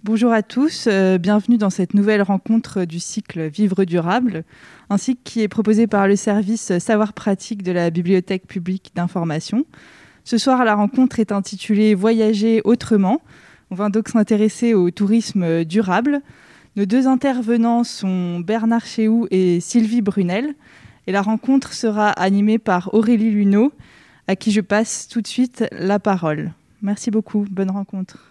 Bonjour à tous, bienvenue dans cette nouvelle rencontre du cycle Vivre durable, un cycle qui est proposé par le service Savoir pratique de la Bibliothèque publique d'information. Ce soir, la rencontre est intitulée Voyager autrement. On va donc s'intéresser au tourisme durable. Nos deux intervenants sont Bernard Chéhoux et Sylvie Brunel. Et la rencontre sera animée par Aurélie Luneau, à qui je passe tout de suite la parole. Merci beaucoup, bonne rencontre.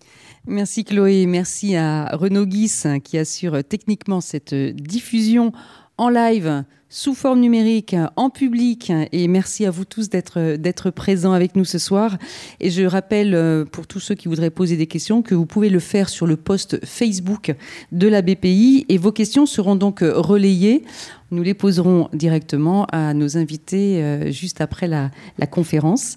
Merci Chloé, merci à Renaud Guis qui assure techniquement cette diffusion en live, sous forme numérique, en public. Et merci à vous tous d'être présents avec nous ce soir. Et je rappelle pour tous ceux qui voudraient poser des questions que vous pouvez le faire sur le post Facebook de la BPI. Et vos questions seront donc relayées. Nous les poserons directement à nos invités juste après la conférence.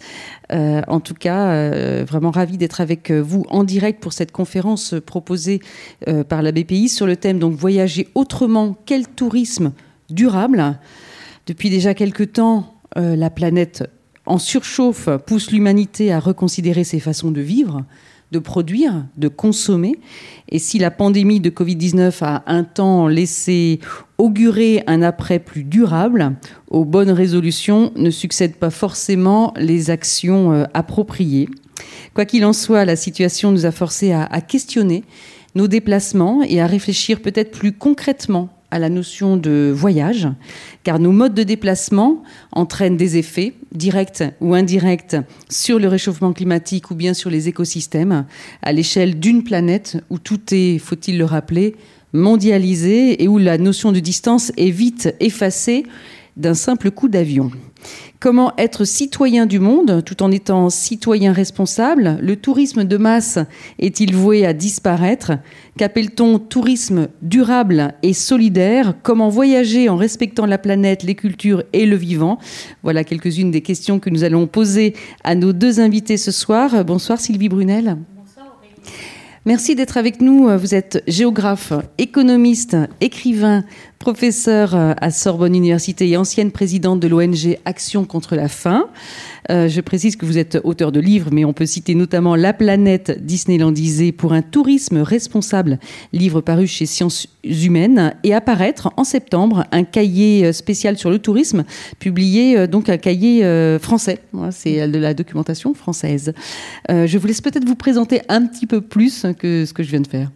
En tout cas, vraiment ravi d'être avec vous en direct pour cette conférence proposée par la BPI sur le thème donc voyager autrement, quel tourisme durable. Depuis déjà quelques temps, la planète en surchauffe pousse l'humanité à reconsidérer ses façons de vivre, de produire, de consommer. Et si la pandémie de Covid-19 a un temps laissé augurer un après plus durable, aux bonnes résolutions ne succèdent pas forcément les actions appropriées. Quoi qu'il en soit, la situation nous a forcés à questionner nos déplacements et à réfléchir peut-être plus concrètement à la notion de voyage, car nos modes de déplacement entraînent des effets, directs ou indirects, sur le réchauffement climatique ou bien sur les écosystèmes, à l'échelle d'une planète où tout est, faut-il le rappeler, mondialisé et où la notion de distance est vite effacée d'un simple coup d'avion. Comment être citoyen du monde tout en étant citoyen responsable? Le tourisme de masse est-il voué à disparaître? Qu'appelle-t-on tourisme durable et solidaire? Comment voyager en respectant la planète, les cultures et le vivant? Voilà quelques-unes des questions que nous allons poser à nos deux invités ce soir. Bonsoir Sylvie Brunel. Bonsoir Aurélie. Merci d'être avec nous. Vous êtes géographe, économiste, écrivain, professeure à Sorbonne Université et ancienne présidente de l'ONG Action contre la faim. Je précise que vous êtes auteur de livres, mais on peut citer notamment La planète disneylandisée pour un tourisme responsable, livre paru chez Sciences Humaines, et apparaître en septembre un cahier spécial sur le tourisme, publié donc un cahier français. Voilà, c'est de la documentation française. Je vous laisse peut-être vous présenter un petit peu plus que ce que je viens de faire.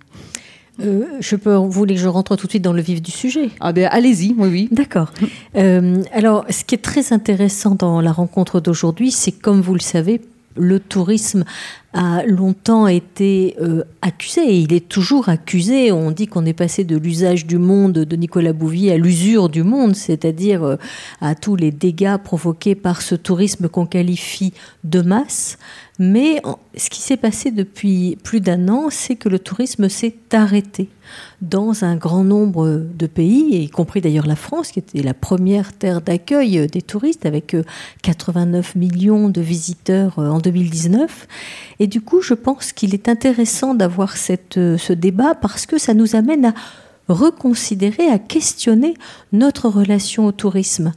Vous voulez que je rentre tout de suite dans le vif du sujet? Ah ben allez-y, oui. D'accord. Alors, ce qui est très intéressant dans la rencontre d'aujourd'hui, c'est comme vous le savez, le tourisme a longtemps été accusé, et il est toujours accusé. On dit qu'on est passé de l'usage du monde de Nicolas Bouvier à l'usure du monde, c'est-à-dire à tous les dégâts provoqués par ce tourisme qu'on qualifie de masse. Mais ce qui s'est passé depuis plus d'un an, c'est que le tourisme s'est arrêté dans un grand nombre de pays, y compris d'ailleurs la France, qui était la première terre d'accueil des touristes, avec 89 millions de visiteurs en 2019. Et du coup, je pense qu'il est intéressant d'avoir ce débat parce que ça nous amène à reconsidérer, à questionner notre relation au tourisme.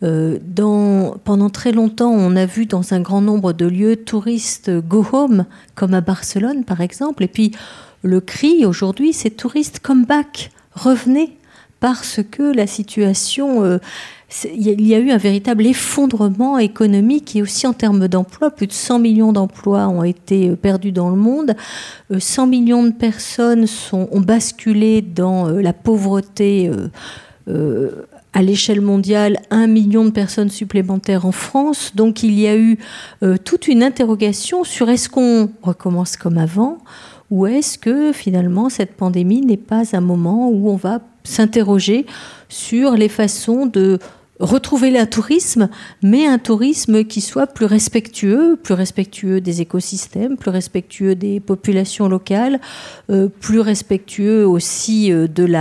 Pendant très longtemps, on a vu dans un grand nombre de lieux touristes go home, comme à Barcelone par exemple, et puis le cri aujourd'hui, c'est touristes come back, revenez, parce que la situation, il y a eu un véritable effondrement économique et aussi en termes d'emploi. Plus de 100 millions d'emplois ont été perdus dans le monde. 100 millions de personnes ont basculé dans la pauvreté à l'échelle mondiale, 1 million de personnes supplémentaires en France. Donc il y a eu toute une interrogation sur est-ce qu'on recommence comme avant ou est-ce que finalement cette pandémie n'est pas un moment où on va s'interroger sur les façons de retrouver le tourisme, mais un tourisme qui soit plus respectueux des écosystèmes, plus respectueux des populations locales, plus respectueux aussi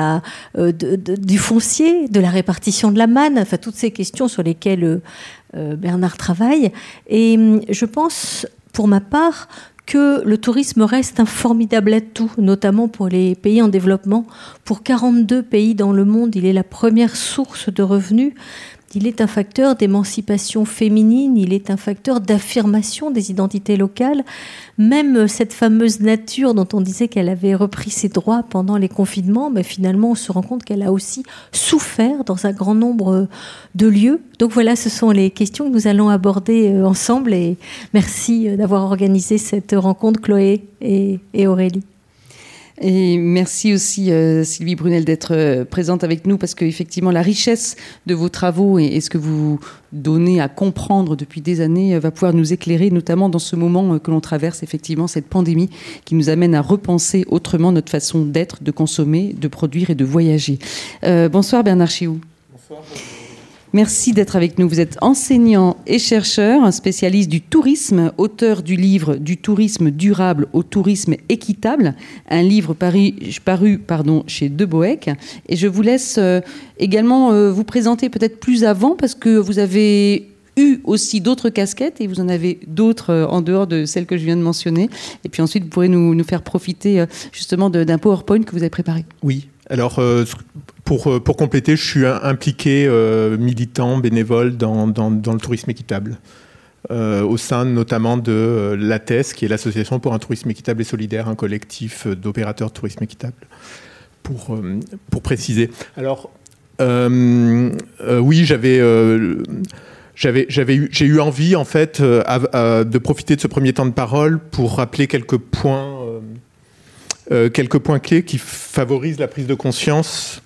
du foncier, de la répartition de la manne, enfin toutes ces questions sur lesquelles Bernard travaille. Et je pense, pour ma part, que le tourisme reste un formidable atout, notamment pour les pays en développement. Pour 42 pays dans le monde, il est la première source de revenus. il est un facteur d'émancipation féminine, il est un facteur d'affirmation des identités locales. Même cette fameuse nature dont on disait qu'elle avait repris ses droits pendant les confinements, mais finalement on se rend compte qu'elle a aussi souffert dans un grand nombre de lieux. Donc voilà, ce sont les questions que nous allons aborder ensemble, et merci d'avoir organisé cette rencontre, Chloé et Aurélie. Et merci aussi Sylvie Brunel d'être présente avec nous, parce qu'effectivement la richesse de vos travaux et ce que vous donnez à comprendre depuis des années va pouvoir nous éclairer, notamment dans ce moment que l'on traverse, effectivement cette pandémie qui nous amène à repenser autrement notre façon d'être, de consommer, de produire et de voyager. Bonsoir Bernard Chiou. Bonsoir. Merci d'être avec nous. Vous êtes enseignant et chercheur, un spécialiste du tourisme, auteur du livre « Du tourisme durable au tourisme équitable », un livre paru chez De Boeck. Et je vous laisse également vous présenter peut-être plus avant, parce que vous avez eu aussi d'autres casquettes et vous en avez d'autres en dehors de celles que je viens de mentionner. Et puis ensuite, vous pourrez nous faire profiter justement d'un PowerPoint que vous avez préparé. Oui. Alors, pour compléter, je suis impliqué militant, bénévole dans le tourisme équitable, au sein notamment de l'ATES, qui est l'Association pour un tourisme équitable et solidaire, un collectif d'opérateurs de tourisme équitable, pour préciser. Alors, oui, j'ai eu envie, en fait, de profiter de ce premier temps de parole pour rappeler quelques points clés qui favorisent la prise de conscience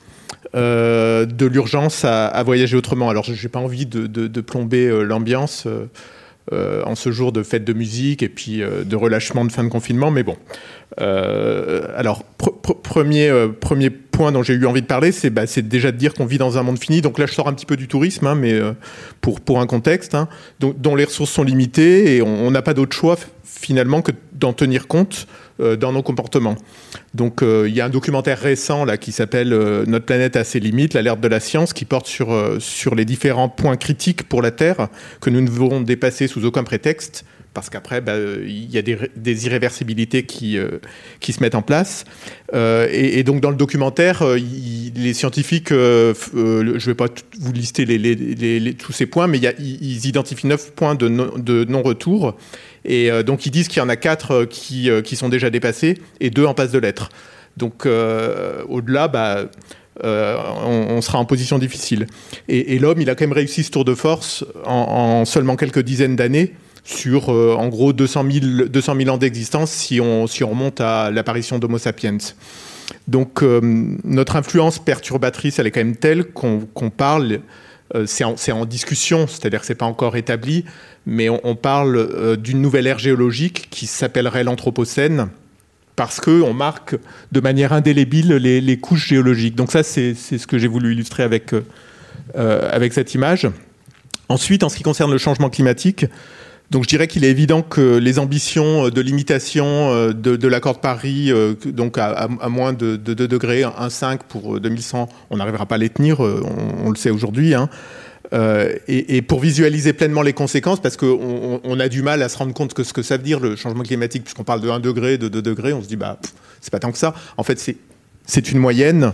de l'urgence à voyager autrement. Alors, je n'ai pas envie de plomber l'ambiance en ce jour de fête de musique et puis de relâchement de fin de confinement, mais bon. Alors, premier point dont j'ai eu envie de parler, c'est déjà de dire qu'on vit dans un monde fini. Donc là, je sors un petit peu du tourisme, hein, mais pour un contexte, hein, dont les ressources sont limitées et on n'a pas d'autre choix finalement que d'en tenir compte dans nos comportements. Donc il y a un documentaire récent là, qui s'appelle « Notre planète a ses limites, l'alerte de la science », qui porte sur les différents points critiques pour la Terre que nous ne devons dépasser sous aucun prétexte, parce qu'après, il y a des irréversibilités qui se mettent en place. Et donc, dans le documentaire, les scientifiques, je ne vais pas vous lister tous ces points, mais ils identifient 9 points de non-retour. Et donc, ils disent qu'il y en a 4 qui sont déjà dépassés et 2 en passe de l'être. Donc, au-delà, on sera en position difficile. Et l'homme, il a quand même réussi ce tour de force en seulement quelques dizaines d'années, sur en gros 200 000 ans d'existence si on remonte à l'apparition d'Homo sapiens. Donc notre influence perturbatrice, elle est quand même telle qu'on parle, c'est en discussion, c'est-à-dire que c'est pas encore établi, mais on parle d'une nouvelle ère géologique qui s'appellerait l'Anthropocène, parce qu'on marque de manière indélébile les couches géologiques. Donc ça, c'est ce que j'ai voulu illustrer avec cette image. Ensuite, en ce qui concerne le changement climatique, donc je dirais qu'il est évident que les ambitions de limitation de l'accord de Paris, donc à moins de 2 degrés, 1,5 pour 2100, on n'arrivera pas à les tenir, on le sait aujourd'hui, hein. Et pour visualiser pleinement les conséquences, parce qu'on a du mal à se rendre compte que ce que ça veut dire le changement climatique, puisqu'on parle de 1 degré, de 2 degrés, on se dit c'est pas tant que ça. En fait, c'est une moyenne.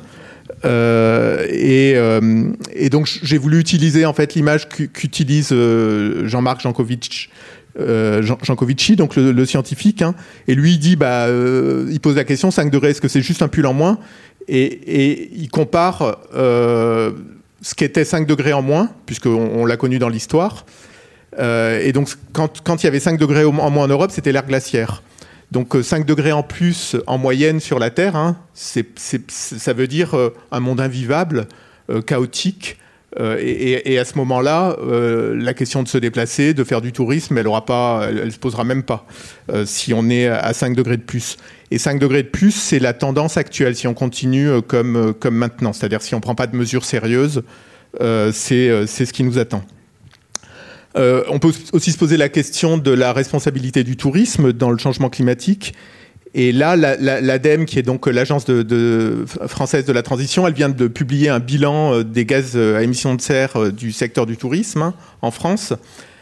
Et donc j'ai voulu utiliser en fait l'image qu'utilise Jean-Marc Jancovici, donc le scientifique, hein, et lui il dit il pose la question 5 degrés, est-ce que c'est juste un pull en moins, et il compare ce qu'était 5 degrés en moins, puisqu'on l'a connu dans l'histoire, et donc quand il y avait 5 degrés en moins en Europe, c'était l'ère glaciaire. Donc 5 degrés en plus en moyenne sur la Terre, hein, ça veut dire un monde invivable, chaotique. Et à ce moment-là, la question de se déplacer, de faire du tourisme, elle se posera même pas si on est à 5 degrés de plus. Et 5 degrés de plus, c'est la tendance actuelle. Si on continue comme maintenant, c'est-à-dire si on ne prend pas de mesures sérieuses, c'est ce qui nous attend. On peut aussi se poser la question de la responsabilité du tourisme dans le changement climatique. Et là, l'ADEME, qui est donc l'agence française de la transition, elle vient de publier un bilan des gaz à émissions de serre du secteur du tourisme, hein, en France,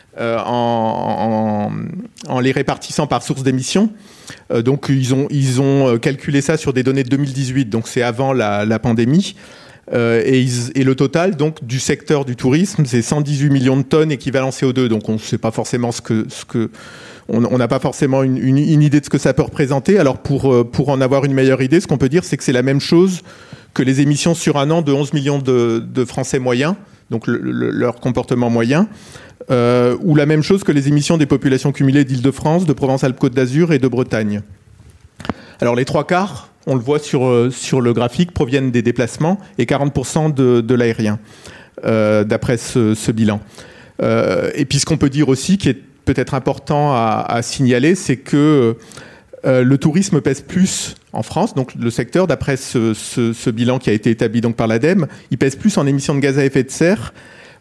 en les répartissant par source d'émissions. Donc ils ont calculé ça sur des données de 2018, donc c'est avant la pandémie. Et le total donc du secteur du tourisme, c'est 118 millions de tonnes équivalent CO2. Donc on ne sait pas forcément on n'a pas forcément une idée de ce que ça peut représenter. Alors pour en avoir une meilleure idée, ce qu'on peut dire, c'est que c'est la même chose que les émissions sur un an de 11 millions de Français moyens, donc leur comportement moyen, ou la même chose que les émissions des populations cumulées d'Île-de-France, de Provence-Alpes-Côte d'Azur et de Bretagne. Alors les 3/4, on le voit sur le graphique, proviennent des déplacements et 40% de l'aérien, d'après ce bilan. Et puis ce qu'on peut dire aussi, qui est peut-être important à signaler, c'est que le tourisme pèse plus en France, donc le secteur, d'après ce bilan qui a été établi donc par l'ADEME, il pèse plus en émissions de gaz à effet de serre,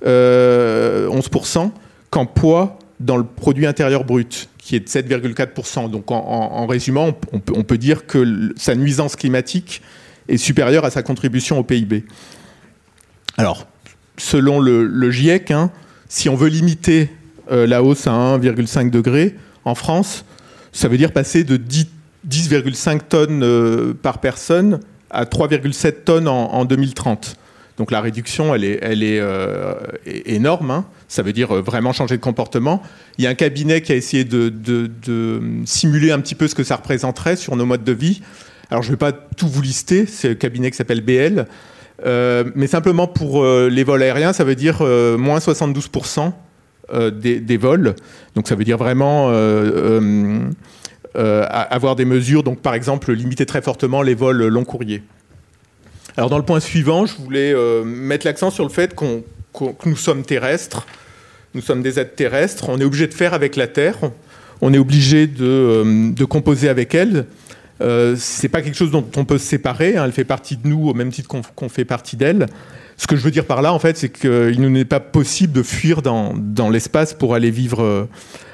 11%, qu'en poids dans le produit intérieur brut, qui est de 7,4%. Donc en résumant, on peut dire que sa nuisance climatique est supérieure à sa contribution au PIB. Alors, selon le GIEC, si on veut limiter la hausse à 1,5 degré en France, ça veut dire passer de 10,5 tonnes par personne à 3,7 tonnes en 2030. Donc la réduction, elle est énorme. Ça veut dire vraiment changer de comportement. Il y a un cabinet qui a essayé de simuler un petit peu ce que ça représenterait sur nos modes de vie. Alors je ne vais pas tout vous lister, c'est un cabinet qui s'appelle BL. Mais simplement pour les vols aériens, ça veut dire moins 72% des vols. Donc ça veut dire vraiment avoir des mesures, donc par exemple limiter très fortement les vols long courriers. Alors dans le point suivant, je voulais mettre l'accent sur le fait que nous sommes terrestres, nous sommes des êtres terrestres, on est obligé de faire avec la Terre, on est obligé de composer avec elle. C'est pas quelque chose dont on peut se séparer, elle fait partie de nous au même titre qu'on fait partie d'elle. Ce que je veux dire par là, en fait, c'est qu'il n'est pas possible de fuir dans l'espace pour aller y vivre.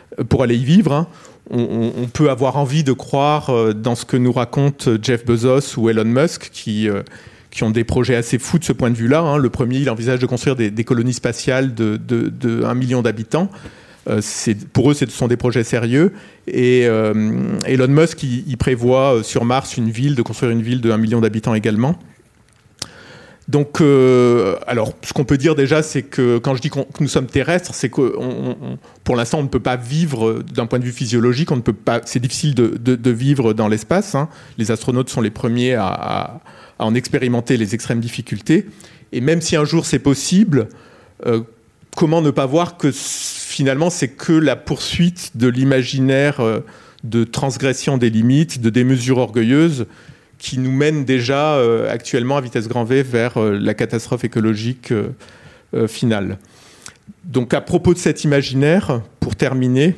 On peut avoir envie de croire dans ce que nous racontent Jeff Bezos ou Elon Musk, qui ont des projets assez fous de ce point de vue-là. Le premier, il envisage de construire des colonies spatiales de 1 million d'habitants. Pour eux, ce sont des projets sérieux. Et Elon Musk, il prévoit sur Mars de construire une ville de 1 million d'habitants également. Donc, alors, ce qu'on peut dire déjà, c'est que quand je dis que nous sommes terrestres, c'est que pour l'instant, on ne peut pas vivre d'un point de vue physiologique. C'est difficile de vivre dans l'espace. Les astronautes sont les premiers à en expérimenter les extrêmes difficultés. Et même si un jour c'est possible, comment ne pas voir que finalement, c'est que la poursuite de l'imaginaire de transgression des limites, de démesures orgueilleuses, qui nous mène déjà actuellement à vitesse grand V vers la catastrophe écologique finale. Donc à propos de cet imaginaire, pour terminer,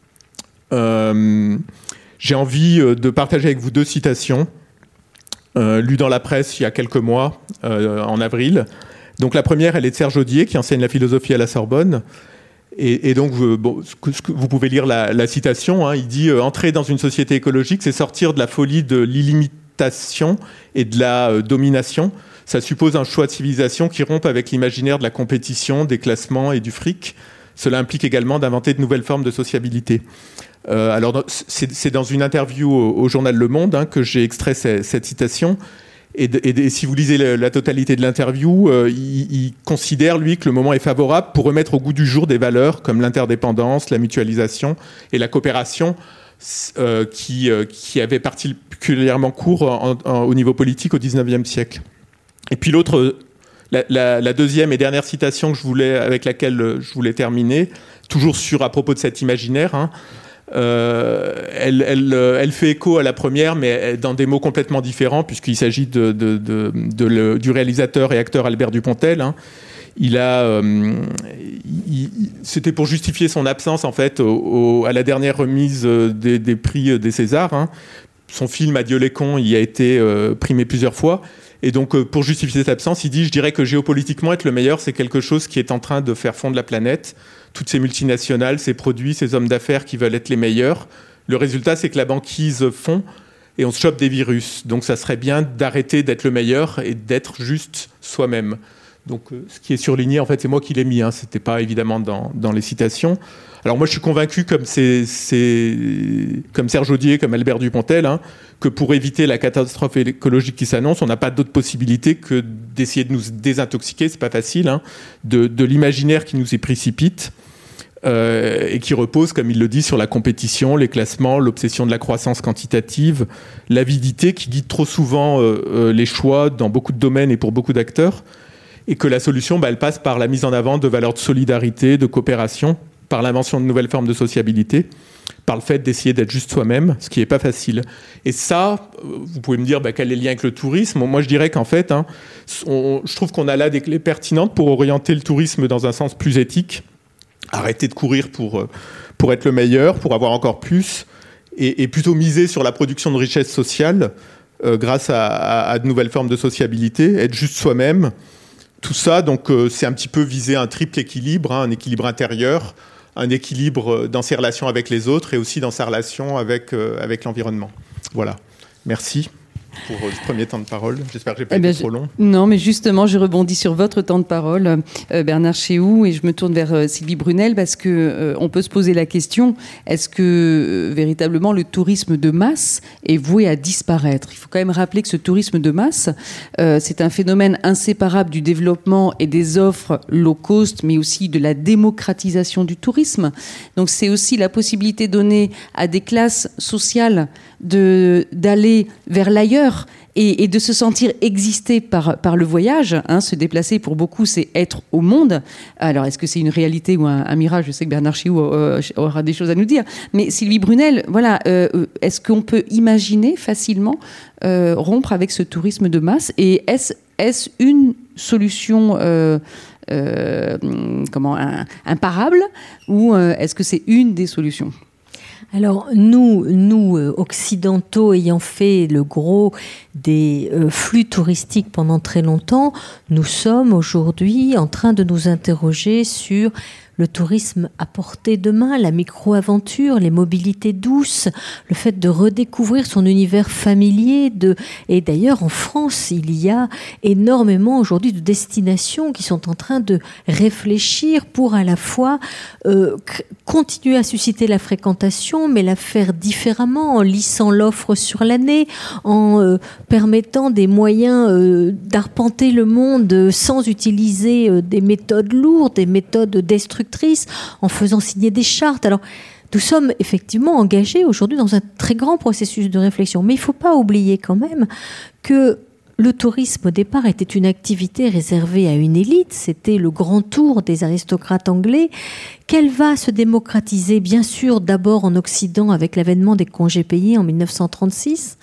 j'ai envie de partager avec vous 2 citations lues dans la presse il y a quelques mois, en avril. Donc la première, elle est de Serge Audier, qui enseigne la philosophie à la Sorbonne. Et donc, vous pouvez lire la citation. Il dit « Entrer dans une société écologique, c'est sortir de la folie de l'illimitation et de la domination. Ça suppose un choix de civilisation qui rompt avec l'imaginaire de la compétition, des classements et du fric. Cela implique également d'inventer de nouvelles formes de sociabilité. » Alors, c'est dans une interview au journal Le Monde que j'ai extrait cette citation. Et si vous lisez la totalité de l'interview, il considère, lui, que le moment est favorable pour remettre au goût du jour des valeurs comme l'interdépendance, la mutualisation et la coopération qui avaient particulièrement cours au niveau politique au XIXe siècle. Et puis l'autre, la deuxième et dernière citation avec laquelle je voulais terminer, toujours à propos de cet imaginaire, elle fait écho à la première, mais dans des mots complètement différents, puisqu'il s'agit du réalisateur et acteur Albert Dupontel. C'était pour justifier son absence en fait à la dernière remise des prix des Césars. Son film Adieu les cons y a été primé plusieurs fois. Et donc, pour justifier cette absence, il dit « Je dirais que géopolitiquement, être le meilleur, c'est quelque chose qui est en train de faire fondre la planète. Toutes ces multinationales, ces produits, ces hommes d'affaires qui veulent être les meilleurs. Le résultat, c'est que la banquise fond et on se chope des virus. Donc, ça serait bien d'arrêter d'être le meilleur et d'être juste soi-même. » Donc, ce qui est surligné, en fait, c'est moi qui l'ai mis. C'était pas évidemment dans les citations. Alors moi, je suis convaincu, comme Serge Audier, comme Albert Dupontel, que pour éviter la catastrophe écologique qui s'annonce, on n'a pas d'autre possibilité que d'essayer de nous désintoxiquer. C'est pas facile, de l'imaginaire qui nous y précipite. Et qui repose, comme il le dit, sur la compétition, les classements, l'obsession de la croissance quantitative, l'avidité qui guide trop souvent les choix dans beaucoup de domaines et pour beaucoup d'acteurs, et que la solution, elle passe par la mise en avant de valeurs de solidarité, de coopération, par l'invention de nouvelles formes de sociabilité, par le fait d'essayer d'être juste soi-même, ce qui n'est pas facile. Et ça, vous pouvez me dire quel est le lien avec le tourisme. Moi, je dirais qu'en fait, je trouve qu'on a là des clés pertinentes pour orienter le tourisme dans un sens plus éthique, arrêter de courir pour être le meilleur, pour avoir encore plus, et plutôt miser sur la production de richesse sociale grâce à de nouvelles formes de sociabilité, être juste soi-même. Tout ça, donc, c'est un petit peu viser un triple équilibre, un équilibre intérieur, un équilibre dans ses relations avec les autres et aussi dans sa relation avec l'environnement. Voilà. Merci pour ce premier temps de parole. J'espère que je n'ai pas été trop long. Non, mais justement, je rebondis sur votre temps de parole, Bernard Chéhoux, et je me tourne vers Sylvie Brunel, parce qu'on peut se poser la question, est-ce que véritablement le tourisme de masse est voué à disparaître ? Il faut quand même rappeler que ce tourisme de masse, c'est un phénomène inséparable du développement et des offres low cost, mais aussi de la démocratisation du tourisme. Donc c'est aussi la possibilité donnée à des classes sociales d'aller vers l'ailleurs et de se sentir exister par le voyage. Se déplacer, pour beaucoup, c'est être au monde. Alors, est-ce que c'est une réalité ou un mirage ? Je sais que Bernard Chéhoux aura des choses à nous dire. Mais Sylvie Brunel, voilà, est-ce qu'on peut imaginer facilement rompre avec ce tourisme de masse ? Et est-ce une solution imparable, ou est-ce que c'est une des solutions ? Alors, nous occidentaux, ayant fait le gros des flux touristiques pendant très longtemps, nous sommes aujourd'hui en train de nous interroger sur le tourisme à portée de main, la micro-aventure, les mobilités douces, le fait de redécouvrir son univers familier. Et d'ailleurs, en France, il y a énormément aujourd'hui de destinations qui sont en train de réfléchir pour à la fois continuer à susciter la fréquentation, mais la faire différemment, en lissant l'offre sur l'année, en permettant des moyens d'arpenter le monde sans utiliser des méthodes lourdes, des méthodes destructrices, en faisant signer des chartes. Alors, nous sommes effectivement engagés aujourd'hui dans un très grand processus de réflexion. Mais il ne faut pas oublier quand même que le tourisme, au départ, était une activité réservée à une élite. C'était le grand tour des aristocrates anglais, qu'elle va se démocratiser, bien sûr, d'abord en Occident avec l'avènement des congés payés en 1936.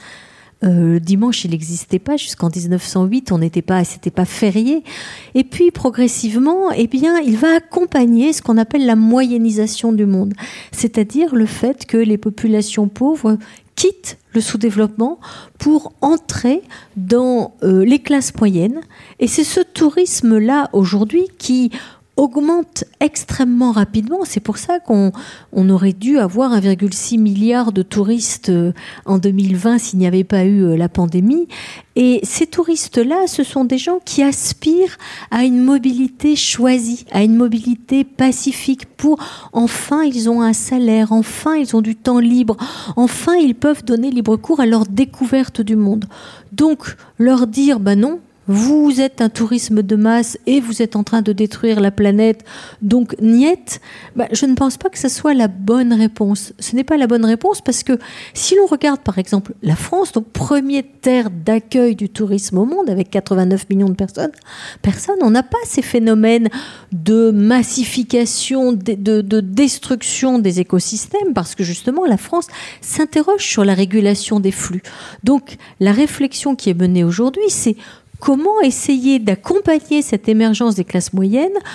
Le dimanche, il n'existait pas jusqu'en 1908, c'était pas férié. Et puis, progressivement, il va accompagner ce qu'on appelle la moyennisation du monde. C'est-à-dire le fait que les populations pauvres quittent le sous-développement pour entrer dans les classes moyennes. Et c'est ce tourisme-là, aujourd'hui, qui augmente extrêmement rapidement. C'est pour ça qu'on aurait dû avoir 1,6 milliard de touristes en 2020 s'il n'y avait pas eu la pandémie. Et ces touristes-là, ce sont des gens qui aspirent à une mobilité choisie, à une mobilité pacifique. Enfin, ils ont un salaire, enfin, ils ont du temps libre, enfin, ils peuvent donner libre cours à leur découverte du monde. Donc, leur dire, non, vous êtes un tourisme de masse et vous êtes en train de détruire la planète, donc niet, je ne pense pas que ce soit la bonne réponse. Ce n'est pas la bonne réponse parce que si l'on regarde par exemple la France, donc première terre d'accueil du tourisme au monde avec 89 millions de personnes, on n'a pas ces phénomènes de massification, de destruction des écosystèmes parce que justement la France s'interroge sur la régulation des flux. Donc la réflexion qui est menée aujourd'hui, c'est comment essayer d'accompagner cette émergence des classes moyennes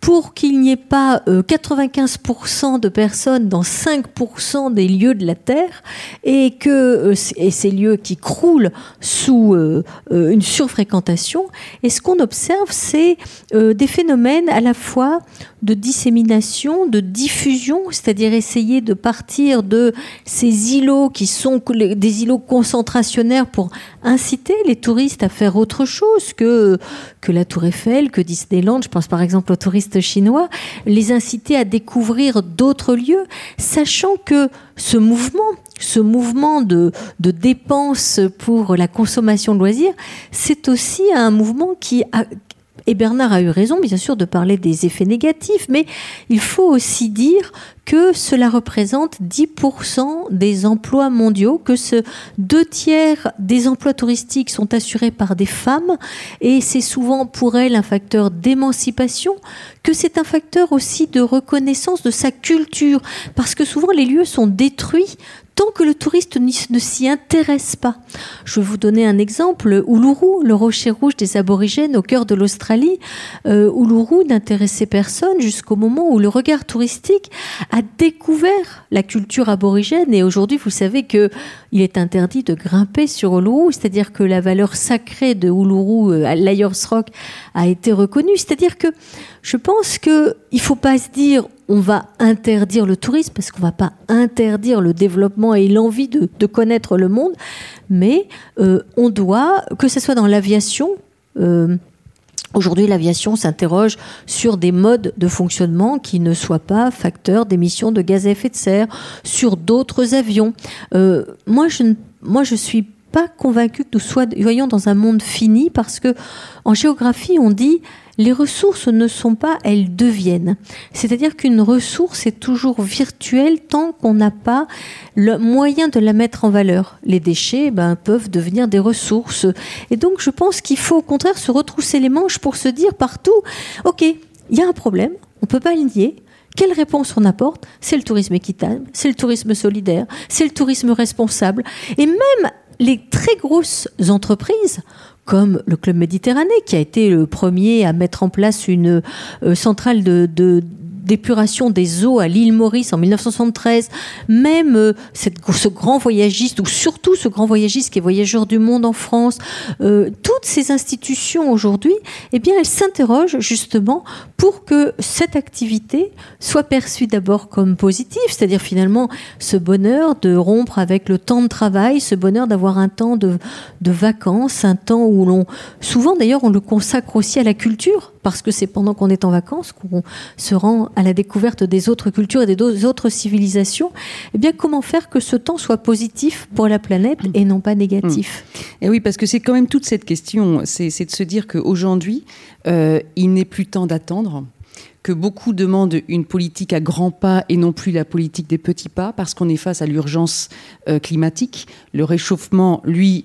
pour qu'il n'y ait pas 95% de personnes dans 5% des lieux de la Terre et ces lieux qui croulent sous une surfréquentation. Et ce qu'on observe, c'est des phénomènes à la fois de dissémination, de diffusion, c'est-à-dire essayer de partir de ces îlots qui sont des îlots concentrationnaires pour inciter les touristes à faire autre chose que la Tour Eiffel, que Disneyland. Je pense par exemple aux touristes chinois, les inciter à découvrir d'autres lieux, sachant que ce mouvement de dépenses pour la consommation de loisirs, c'est aussi un mouvement qui a... Et Bernard a eu raison, bien sûr, de parler des effets négatifs, mais il faut aussi dire que cela représente 10% des emplois mondiaux, que 2/3 des emplois touristiques sont assurés par des femmes, et c'est souvent pour elles un facteur d'émancipation, que c'est un facteur aussi de reconnaissance de sa culture, parce que souvent les lieux sont détruits tant que le touriste ne s'y intéresse pas. Je vais vous donner un exemple. Uluru, le rocher rouge des aborigènes au cœur de l'Australie. Uluru n'intéressait personne jusqu'au moment où le regard touristique a découvert la culture aborigène. Et aujourd'hui, vous savez qu'il est interdit de grimper sur Uluru, c'est-à-dire que la valeur sacrée de Uluru, Liars Rock, a été reconnue. C'est-à-dire que je pense qu'il ne faut pas se dire on va interdire le tourisme, parce qu'on ne va pas interdire le développement et l'envie de connaître le monde, mais on doit, que ce soit dans l'aviation, aujourd'hui l'aviation s'interroge sur des modes de fonctionnement qui ne soient pas facteurs d'émissions de gaz à effet de serre, sur d'autres avions. Moi, je suis pas convaincue que nous soyons dans un monde fini, parce que en géographie, on dit les ressources ne sont pas, elles deviennent. C'est-à-dire qu'une ressource est toujours virtuelle tant qu'on n'a pas le moyen de la mettre en valeur. Les déchets peuvent devenir des ressources. Et donc, je pense qu'il faut au contraire se retrousser les manches pour se dire partout, OK, il y a un problème, on ne peut pas le nier. Quelle réponse on apporte ? C'est le tourisme équitable, c'est le tourisme solidaire, c'est le tourisme responsable. Et même les très grosses entreprises, comme le Club Méditerranée, qui a été le premier à mettre en place une centrale d'épuration des eaux à l'île Maurice en 1973, même ce grand voyagiste, ou surtout ce grand voyagiste qui est Voyageurs du Monde en France, toutes ces institutions aujourd'hui, eh bien, elles s'interrogent justement pour que cette activité soit perçue d'abord comme positive, c'est-à-dire finalement ce bonheur de rompre avec le temps de travail, ce bonheur d'avoir un temps de vacances, un temps où souvent d'ailleurs on le consacre aussi à la culture, parce que c'est pendant qu'on est en vacances qu'on se rend à la découverte des autres cultures et des autres civilisations. Eh bien, comment faire que ce temps soit positif pour la planète et non pas négatif ? Et oui, parce que c'est quand même toute cette question, c'est de se dire qu'aujourd'hui, il n'est plus temps d'attendre, que beaucoup demandent une politique à grands pas et non plus la politique des petits pas, parce qu'on est face à l'urgence climatique. Le réchauffement, lui,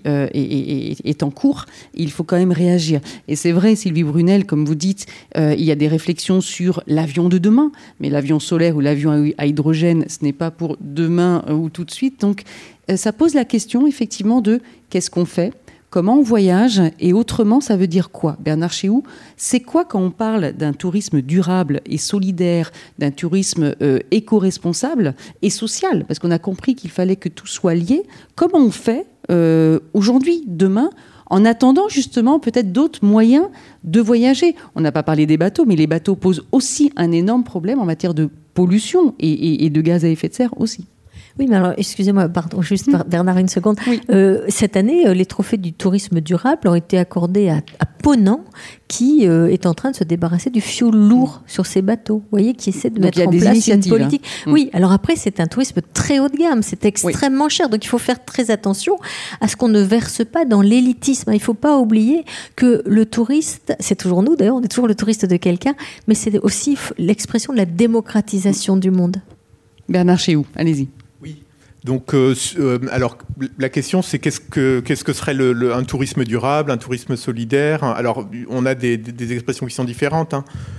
est en cours. Il faut quand même réagir. Et c'est vrai, Sylvie Brunel, comme vous dites, il y a des réflexions sur l'avion de demain, mais l'avion solaire ou l'avion à hydrogène, ce n'est pas pour demain ou tout de suite. Donc, ça pose la question, effectivement, de qu'est-ce qu'on fait ? Comment on voyage, et autrement, ça veut dire quoi ? Bernard Chéhoux, c'est quoi quand on parle d'un tourisme durable et solidaire, d'un tourisme éco-responsable et social ? Parce qu'on a compris qu'il fallait que tout soit lié. Comment on fait aujourd'hui, demain, en attendant justement peut-être d'autres moyens de voyager ? On n'a pas parlé des bateaux, mais les bateaux posent aussi un énorme problème en matière de pollution et de gaz à effet de serre aussi. Oui, mais alors, excusez-moi, pardon, juste Bernard, une seconde. Oui. Cette année, les trophées du tourisme durable ont été accordés à Ponant, qui est en train de se débarrasser du fioul lourd sur ses bateaux. Vous voyez, qui essaie de mettre en place une politique. Oui, alors après, c'est un tourisme très haut de gamme, c'est extrêmement cher, donc il faut faire très attention à ce qu'on ne verse pas dans l'élitisme. Il ne faut pas oublier que le touriste, c'est toujours nous d'ailleurs, on est toujours le touriste de quelqu'un, mais c'est aussi l'expression de la démocratisation du monde. Bernard Chéhoux, allez-y. Donc, alors, la question, c'est qu'est-ce que serait un tourisme durable, un tourisme solidaire ? Alors, on a des expressions qui sont différentes.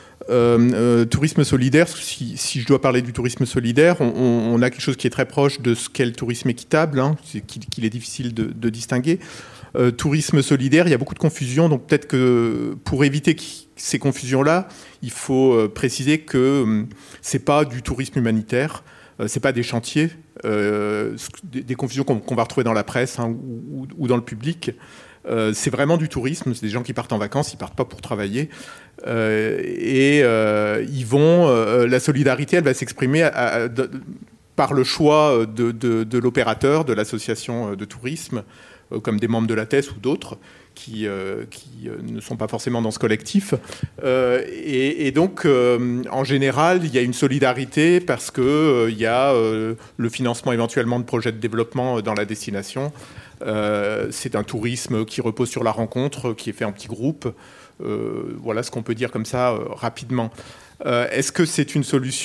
Tourisme solidaire, si je dois parler du tourisme solidaire, on a quelque chose qui est très proche de ce qu'est le tourisme équitable, qu'il est difficile de distinguer. tourisme solidaire, il y a beaucoup de confusion, donc peut-être que pour éviter ces confusions-là, il faut préciser que c'est pas du tourisme humanitaire, c'est pas des chantiers, des confusions qu'on va retrouver dans la presse ou dans le public. C'est vraiment du tourisme, c'est des gens qui partent en vacances, ils partent pas pour travailler. Ils vont. La solidarité, elle va s'exprimer par le choix de l'opérateur, de l'association de tourisme, comme des membres de la TES ou d'autres, qui ne sont pas forcément dans ce collectif. Donc, en général, il y a une solidarité parce qu'il y a le financement éventuellement de projets de développement dans la destination. C'est un tourisme qui repose sur la rencontre, qui est fait en petits groupes. Voilà ce qu'on peut dire comme ça rapidement. Est-ce que c'est une solution ?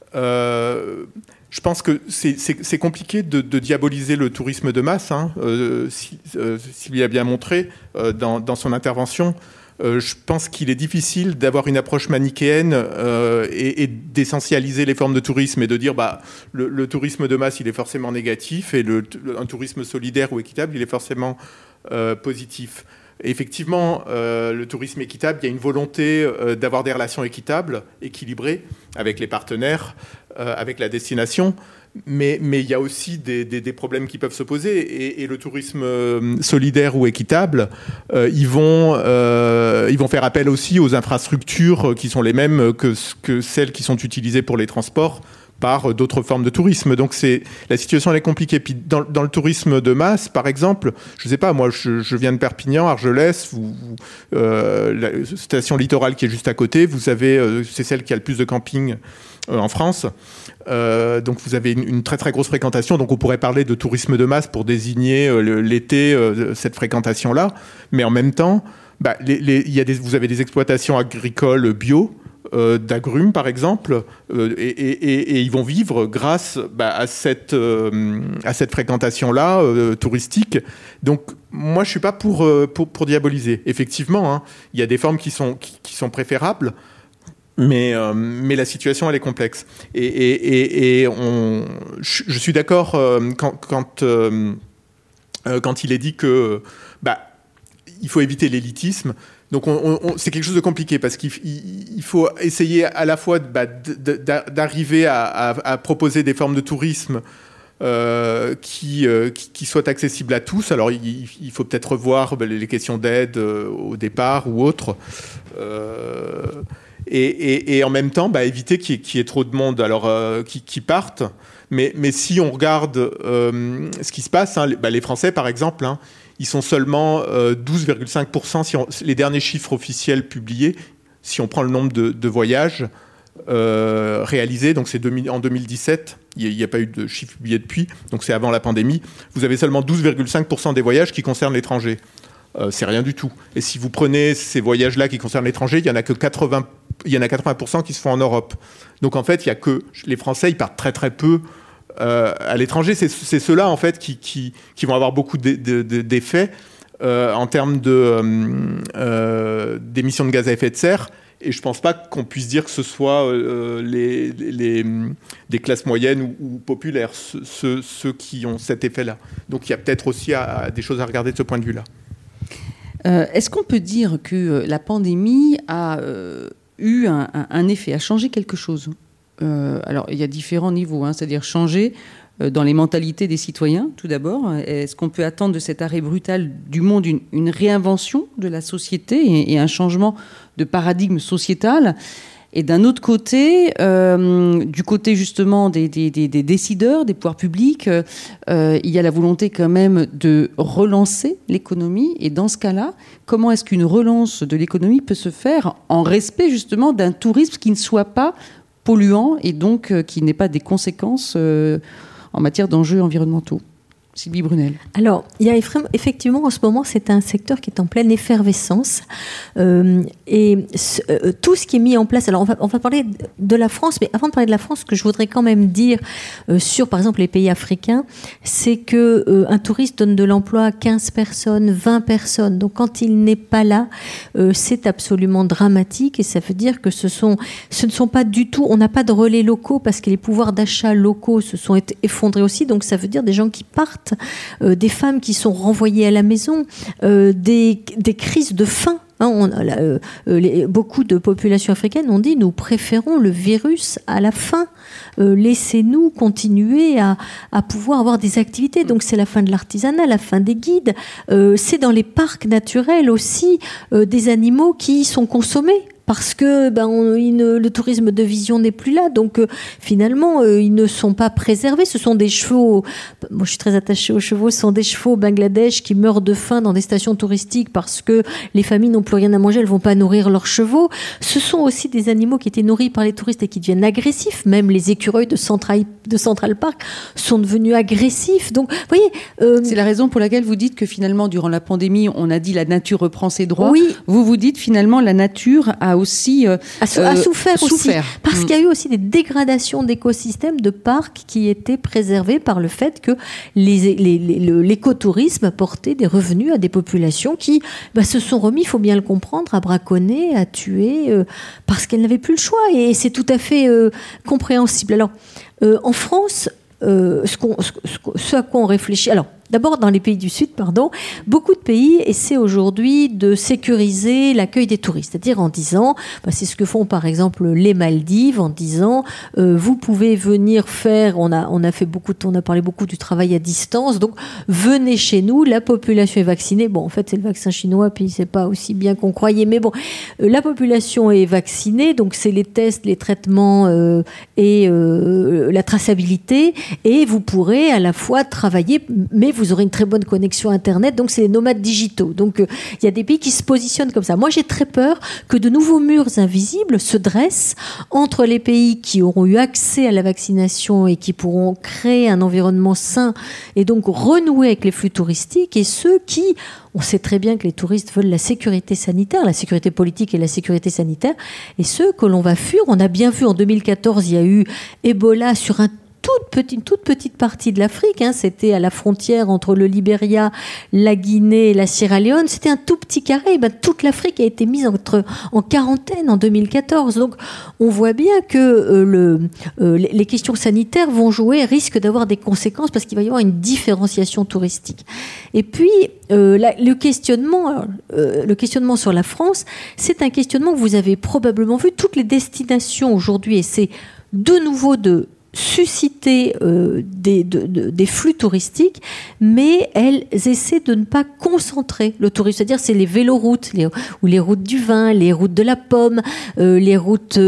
Je pense que c'est compliqué de diaboliser le tourisme de masse. Sylvie a bien montré dans son intervention. Je pense qu'il est difficile d'avoir une approche manichéenne et d'essentialiser les formes de tourisme et de dire le tourisme de masse, il est forcément négatif et un tourisme solidaire ou équitable, il est forcément positif. Et effectivement, le tourisme équitable, il y a une volonté d'avoir des relations équitables, équilibrées avec les partenaires, avec la destination. Mais il y a aussi des problèmes qui peuvent se poser. Et le tourisme solidaire ou équitable, ils vont faire appel aussi aux infrastructures qui sont les mêmes que celles qui sont utilisées pour les transports par d'autres formes de tourisme. Donc la situation elle est compliquée. Puis dans le tourisme de masse, par exemple, je ne sais pas, moi je viens de Perpignan, Argelès, la station littorale qui est juste à côté, vous avez, c'est celle qui a le plus de camping en France. Donc vous avez une très très grosse fréquentation. Donc on pourrait parler de tourisme de masse pour désigner l'été cette fréquentation-là. Mais en même temps, vous avez des exploitations agricoles bio, d'agrumes par exemple, et ils vont vivre grâce à cette fréquentation-là touristique. Donc moi je suis pas pour diaboliser. Effectivement, il y a des formes qui sont préférables, mais la situation elle est complexe. Je suis d'accord quand il est dit que il faut éviter l'élitisme. Donc c'est quelque chose de compliqué parce qu'il faut essayer à la fois d'arriver à proposer des formes de tourisme qui soient accessibles à tous. Alors il faut peut-être revoir les questions d'aide au départ ou autres. Et en même temps éviter qu'il y ait trop de monde qui partent. Mais si on regarde ce qui se passe, les Français par exemple, ils sont seulement 12,5%, les derniers chiffres officiels publiés, si on prend le nombre de voyages réalisés, donc c'est en 2017, il n'y a pas eu de chiffres publiés depuis, donc c'est avant la pandémie, vous avez seulement 12,5% des voyages qui concernent l'étranger. C'est rien du tout. Et si vous prenez ces voyages-là qui concernent l'étranger, il y en a 80% qui se font en Europe. Donc en fait, il y a que les Français, ils partent très très peu à l'étranger. C'est ceux-là en fait qui vont avoir beaucoup d'effets en termes d'émissions de gaz à effet de serre. Et je ne pense pas qu'on puisse dire que ce soit des classes moyennes ou populaires, ceux qui ont cet effet-là. Donc il y a peut-être aussi des choses à regarder de ce point de vue-là. Est-ce qu'on peut dire que la pandémie a eu un effet, a changé quelque chose ? Alors, il y a différents niveaux, c'est-à-dire changer dans les mentalités des citoyens, tout d'abord. Est-ce qu'on peut attendre de cet arrêt brutal du monde une réinvention de la société et un changement de paradigme sociétal ? Et d'un autre côté, du côté justement des décideurs, des pouvoirs publics, il y a la volonté quand même de relancer l'économie. Et dans ce cas-là, comment est-ce qu'une relance de l'économie peut se faire en respect justement d'un tourisme qui ne soit pas polluant et donc qui n'ait pas des conséquences en matière d'enjeux environnementaux ? Sylvie Brunel. Alors, il y a effectivement, en ce moment, c'est un secteur qui est en pleine effervescence. Tout ce qui est mis en place... Alors, on va parler de la France, mais avant de parler de la France, ce que je voudrais quand même dire sur, par exemple, les pays africains, c'est qu'un touriste donne de l'emploi à 15 personnes, 20 personnes. Donc, quand il n'est pas là, c'est absolument dramatique. Et ça veut dire que ce ne sont pas du tout... On n'a pas de relais locaux parce que les pouvoirs d'achat locaux se sont effondrés aussi. Donc, ça veut dire des gens qui partent partent, des femmes qui sont renvoyées à la maison, des crises de faim. Beaucoup de populations africaines ont dit nous préférons le virus à la faim. Laissez-nous continuer à pouvoir avoir des activités. Donc c'est la fin de l'artisanat, la fin des guides. C'est dans les parcs naturels aussi des animaux qui sont consommés. Parce que le tourisme de vision n'est plus là, donc finalement ils ne sont pas préservés. Ce sont des chevaux, moi je suis très attachée aux chevaux, ce sont des chevaux au Bangladesh qui meurent de faim dans des stations touristiques parce que les familles n'ont plus rien à manger, elles ne vont pas nourrir leurs chevaux. Ce sont aussi des animaux qui étaient nourris par les touristes et qui deviennent agressifs. Même les écureuils de Central Park sont devenus agressifs. Donc, vous voyez, c'est la raison pour laquelle vous dites que finalement, durant la pandémie, on a dit la nature reprend ses droits. Oui. Vous dites finalement la nature a aussi a souffert aussi, parce qu'il y a eu aussi des dégradations d'écosystèmes, de parcs qui étaient préservés par le fait que l'écotourisme apportait des revenus à des populations qui se sont remis, il faut bien le comprendre, à braconner, à tuer, parce qu'elles n'avaient plus le choix, et c'est tout à fait compréhensible. Alors, en France, ce à quoi on réfléchit... Alors, d'abord, dans les pays du Sud, beaucoup de pays essaient aujourd'hui de sécuriser l'accueil des touristes, c'est-à-dire en disant, c'est ce que font par exemple les Maldives, en disant, vous pouvez venir faire, on a parlé beaucoup du travail à distance, donc venez chez nous, la population est vaccinée. Bon, en fait, c'est le vaccin chinois, puis c'est pas aussi bien qu'on croyait, mais bon, la population est vaccinée, donc c'est les tests, les traitements et la traçabilité, et vous pourrez à la fois travailler, mais vous aurez une très bonne connexion Internet, donc c'est les nomades digitaux. Donc il y a des pays qui se positionnent comme ça. Moi, j'ai très peur que de nouveaux murs invisibles se dressent entre les pays qui auront eu accès à la vaccination et qui pourront créer un environnement sain et donc renouer avec les flux touristiques, et ceux qui... On sait très bien que les touristes veulent la sécurité sanitaire, la sécurité politique et la sécurité sanitaire, et ceux que l'on va fuir. On a bien vu en 2014, il y a eu Ebola sur toute petite partie de l'Afrique, c'était à la frontière entre le Libéria, la Guinée et la Sierra Leone, c'était un tout petit carré, toute l'Afrique a été mise en quarantaine en 2014, donc on voit bien que les questions sanitaires risquent d'avoir des conséquences parce qu'il va y avoir une différenciation touristique. Et puis le questionnement sur la France, c'est un questionnement que vous avez probablement vu. Toutes les destinations aujourd'hui essaient de nouveau de susciter des flux touristiques, mais elles essaient de ne pas concentrer le tourisme. C'est-à-dire, c'est les véloroutes, ou les routes du vin, les routes de la pomme, les routes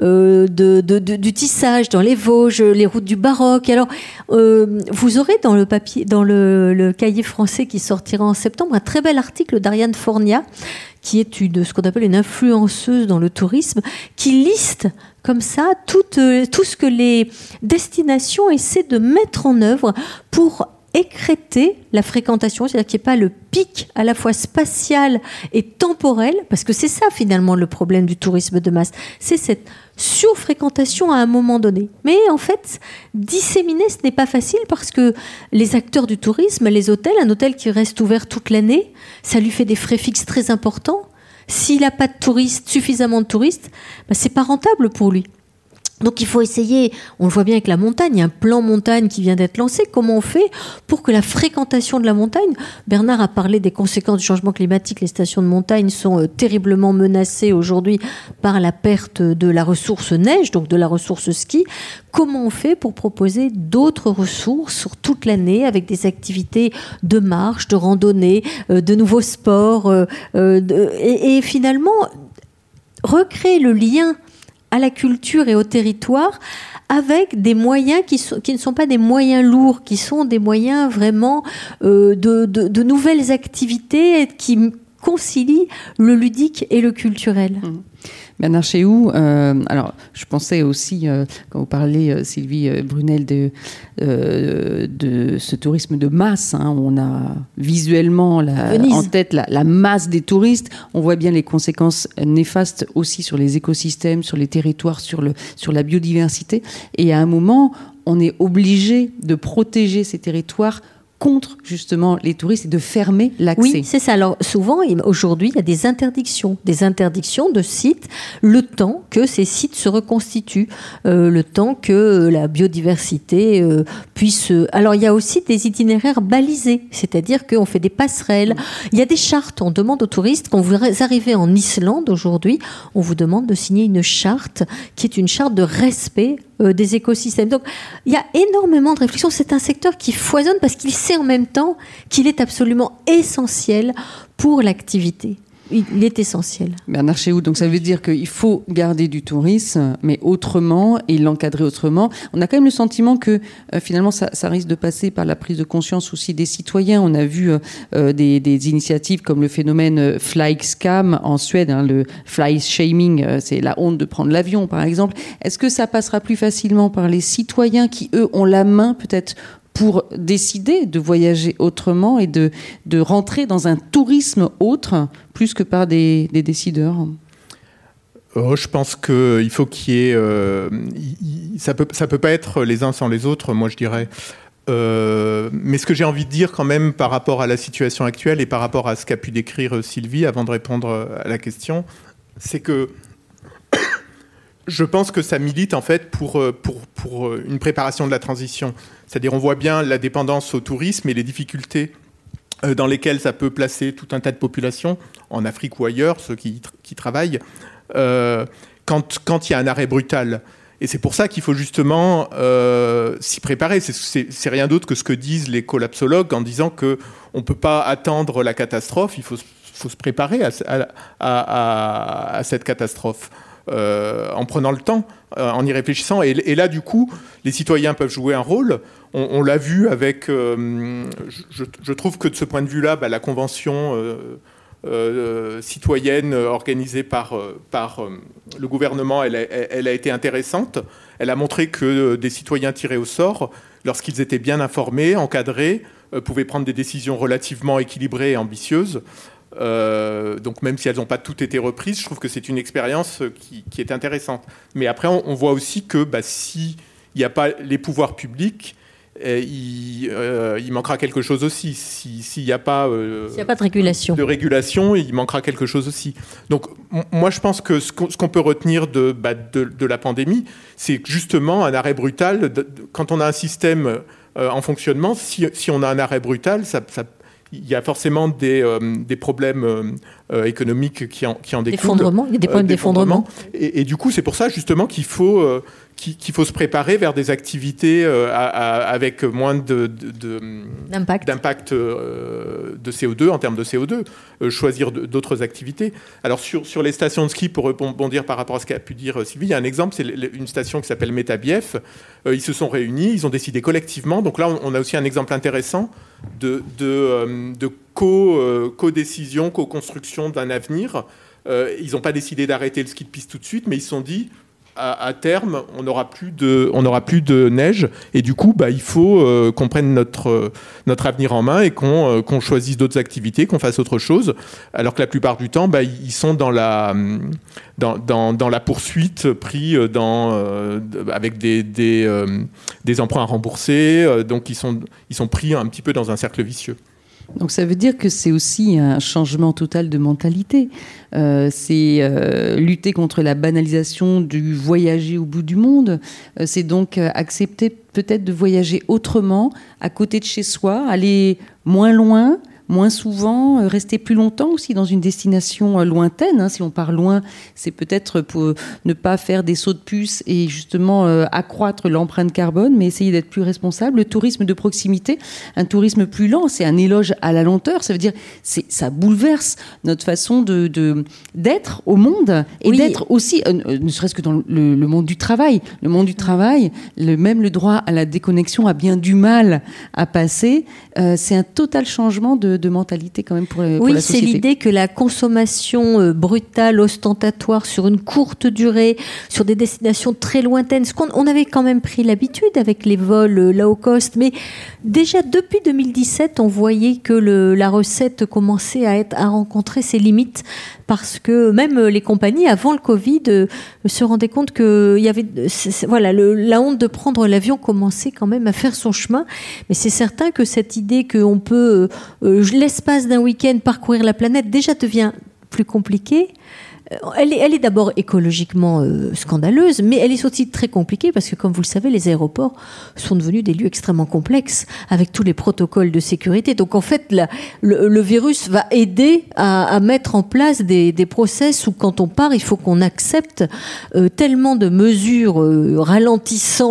du tissage dans les Vosges, les routes du baroque. Alors, vous aurez dans le cahier français qui sortira en septembre, un très bel article d'Ariane Fornia, qui est ce qu'on appelle une influenceuse dans le tourisme, qui liste comme ça tout ce que les destinations essaient de mettre en œuvre pour écrêter la fréquentation, c'est-à-dire qu'il n'y ait pas le pic à la fois spatial et temporel, parce que c'est ça finalement le problème du tourisme de masse, c'est cette surfréquentation à un moment donné. Mais en fait, disséminer, ce n'est pas facile parce que les acteurs du tourisme, les hôtels, un hôtel qui reste ouvert toute l'année, ça lui fait des frais fixes très importants. S'il n'a pas suffisamment de touristes, c'est pas rentable pour lui. Donc il faut essayer, on le voit bien avec la montagne, il y a un plan montagne qui vient d'être lancé. Comment on fait pour que la fréquentation de la montagne, Bernard a parlé des conséquences du changement climatique, les stations de montagne sont terriblement menacées aujourd'hui par la perte de la ressource neige, donc de la ressource ski. Comment on fait pour proposer d'autres ressources sur toute l'année avec des activités de marche, de randonnée, de nouveaux sports et finalement recréer le lien à la culture et au territoire avec des moyens qui ne sont pas des moyens lourds, qui sont des moyens vraiment de nouvelles activités qui concilient le ludique et le culturel. Bernard Chéhoux, alors je pensais aussi, quand vous parlez, Sylvie Brunel, de ce tourisme de masse, on a visuellement en tête la masse des touristes, on voit bien les conséquences néfastes aussi sur les écosystèmes, sur les territoires, sur la biodiversité, et à un moment, on est obligé de protéger ces territoires contre justement les touristes et de fermer l'accès. Oui, c'est ça. Alors souvent, aujourd'hui, il y a des interdictions de sites, le temps que ces sites se reconstituent, le temps que la biodiversité puisse... Alors il y a aussi des itinéraires balisés, c'est-à-dire qu'on fait des passerelles. Il y a des chartes. On demande aux touristes, quand vous arrivez en Islande aujourd'hui, on vous demande de signer une charte qui est une charte de respect des écosystèmes. Donc, il y a énormément de réflexions. C'est un secteur qui foisonne parce qu'il sait en même temps qu'il est absolument essentiel pour l'activité. Il est essentiel. Bernard Chéhout, donc ça veut dire qu'il faut garder du tourisme, mais autrement, et l'encadrer autrement. On a quand même le sentiment que finalement, ça risque de passer par la prise de conscience aussi des citoyens. On a vu des initiatives comme le phénomène Fly Scam en Suède, le fly shaming, c'est la honte de prendre l'avion, par exemple. Est-ce que ça passera plus facilement par les citoyens qui, eux, ont la main peut-être pour décider de voyager autrement et de rentrer dans un tourisme autre, plus que par des décideurs? Je pense qu'il faut qu'il y ait... ça peut pas être les uns sans les autres, moi je dirais. Mais ce que j'ai envie de dire quand même par rapport à la situation actuelle et par rapport à ce qu'a pu décrire Sylvie avant de répondre à la question, c'est que je pense que ça milite en fait pour une préparation de la transition. C'est-à-dire on voit bien la dépendance au tourisme et les difficultés dans lesquelles ça peut placer tout un tas de populations, en Afrique ou ailleurs, ceux qui travaillent, quand il y a un arrêt brutal. Et c'est pour ça qu'il faut justement s'y préparer. C'est rien d'autre que ce que disent les collapsologues en disant qu'on ne peut pas attendre la catastrophe, il faut se préparer à cette catastrophe. En prenant le temps, en y réfléchissant. Et là, du coup, les citoyens peuvent jouer un rôle. On l'a vu avec... je trouve que de ce point de vue-là, la convention citoyenne organisée par le gouvernement, elle a été intéressante. Elle a montré que des citoyens tirés au sort, lorsqu'ils étaient bien informés, encadrés, pouvaient prendre des décisions relativement équilibrées et ambitieuses. Donc même si elles n'ont pas toutes été reprises, je trouve que c'est une expérience qui est intéressante. Mais après, on voit aussi que s'il n'y a pas les pouvoirs publics, il manquera quelque chose aussi. S'il n'y a pas de régulation, il manquera quelque chose aussi. Donc moi, je pense que ce qu'on peut retenir de la pandémie, c'est justement un arrêt brutal. Quand on a un système en fonctionnement, si on a un arrêt brutal, il y a forcément des problèmes économiques qui en découlent. Il y a des problèmes d'effondrement. Et du coup, c'est pour ça justement qu'il faut se préparer vers des activités avec moins d'impact de CO2 en termes de CO2, choisir d'autres activités. Alors sur les stations de ski, pour rebondir par rapport à ce qu'a pu dire Sylvie, il y a un exemple, c'est une station qui s'appelle Métabief. Ils se sont réunis, ils ont décidé collectivement. Donc là, on a aussi un exemple intéressant de co-décision, co-construction d'un avenir. Ils n'ont pas décidé d'arrêter le ski de piste tout de suite, mais ils se sont dit, à terme, on n'aura plus de neige, et du coup, il faut qu'on prenne notre avenir en main et qu'on choisisse d'autres activités, qu'on fasse autre chose, alors que la plupart du temps, ils sont dans la poursuite, pris avec des emprunts à rembourser, donc ils sont pris un petit peu dans un cercle vicieux. Donc ça veut dire que c'est aussi un changement total de mentalité. C'est lutter contre la banalisation du voyager au bout du monde. C'est donc accepter peut-être de voyager autrement, à côté de chez soi, aller moins loin, moins souvent, rester plus longtemps aussi dans une destination lointaine. Si on part loin, c'est peut-être pour ne pas faire des sauts de puce et justement accroître l'empreinte carbone, mais essayer d'être plus responsable. Le tourisme de proximité, un tourisme plus lent, c'est un éloge à la lenteur. Ça veut dire ça bouleverse notre façon d'être au monde et d'être aussi, ne serait-ce que dans le monde du travail. Le monde du travail, même le droit à la déconnexion a bien du mal à passer. C'est un total changement de de mentalité quand même pour la société. Oui, c'est l'idée que la consommation brutale, ostentatoire, sur une courte durée, sur des destinations très lointaines, on avait quand même pris l'habitude avec les vols low cost, mais déjà depuis 2017, on voyait que la recette commençait à rencontrer ses limites, parce que même les compagnies, avant le Covid, se rendaient compte qu'il y avait... la honte de prendre l'avion commençait quand même à faire son chemin. Mais c'est certain que cette idée qu'on peut, l'espace d'un week-end, parcourir la planète, déjà devient plus compliquée. Elle est d'abord écologiquement scandaleuse, mais elle est aussi très compliquée parce que, comme vous le savez, les aéroports sont devenus des lieux extrêmement complexes avec tous les protocoles de sécurité. Donc, en fait, le virus va aider à mettre en place des process où, quand on part, il faut qu'on accepte tellement de mesures ralentissant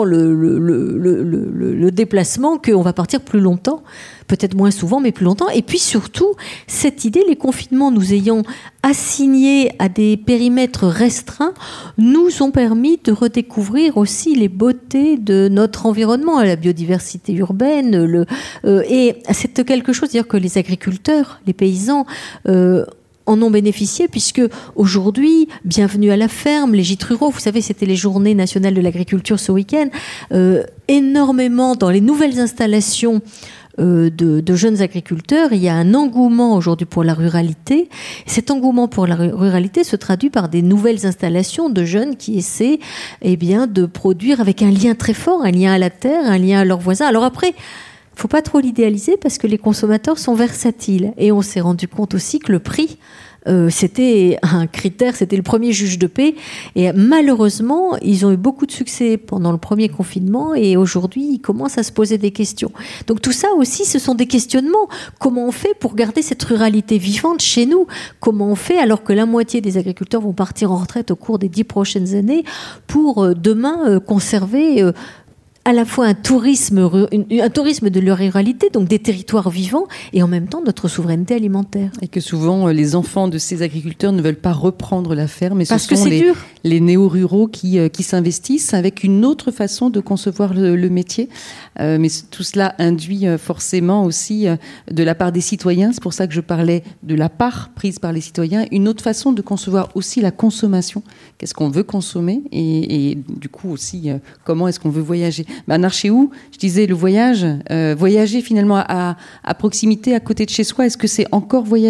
le déplacement qu'on va partir plus longtemps. Peut-être moins souvent, mais plus longtemps. Et puis surtout, cette idée, les confinements nous ayant assignés à des périmètres restreints, nous ont permis de redécouvrir aussi les beautés de notre environnement, la biodiversité urbaine. Et c'est quelque chose, c'est-à-dire que les agriculteurs, les paysans... en ont bénéficié, puisque aujourd'hui, bienvenue à la ferme, les gîtes ruraux, vous savez, c'était les journées nationales de l'agriculture ce week-end, énormément dans les nouvelles installations de jeunes agriculteurs, il y a un engouement aujourd'hui pour la ruralité. Cet engouement pour la ruralité se traduit par des nouvelles installations de jeunes qui essaient de produire avec un lien très fort, un lien à la terre, un lien à leurs voisins. Alors après, il ne faut pas trop l'idéaliser parce que les consommateurs sont versatiles. Et on s'est rendu compte aussi que le prix, c'était un critère, c'était le premier juge de paix. Et malheureusement, ils ont eu beaucoup de succès pendant le premier confinement et aujourd'hui, ils commencent à se poser des questions. Donc tout ça aussi, ce sont des questionnements. Comment on fait pour garder cette ruralité vivante chez nous ? Comment on fait alors que la moitié des agriculteurs vont partir en retraite au cours des 10 prochaines années pour demain conserver... à la fois un tourisme de la ruralité, donc des territoires vivants, et en même temps notre souveraineté alimentaire. Et que souvent, les enfants de ces agriculteurs ne veulent pas reprendre la ferme, et parce ce sont dur. Les néo-ruraux qui s'investissent avec une autre façon de concevoir le métier. Mais tout cela induit forcément aussi, de la part des citoyens, c'est pour ça que je parlais de la part prise par les citoyens, une autre façon de concevoir aussi la consommation. Qu'est-ce qu'on veut consommer et du coup aussi, comment est-ce qu'on veut voyager ? Bernard Chéhoux, je disais le voyage, voyager finalement à proximité, à côté de chez soi, est-ce que c'est encore voyager ?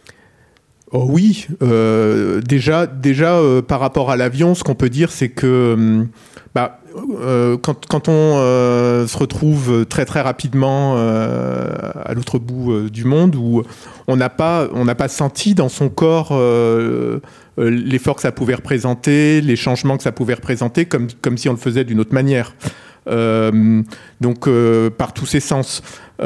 Oh oui, déjà par rapport à l'avion, ce qu'on peut dire, c'est que quand on se retrouve très très rapidement à l'autre bout du monde, où on n'a pas senti dans son corps l'effort que ça pouvait représenter, les changements que ça pouvait représenter, comme si on le faisait d'une autre manière. Donc par tous ces sens.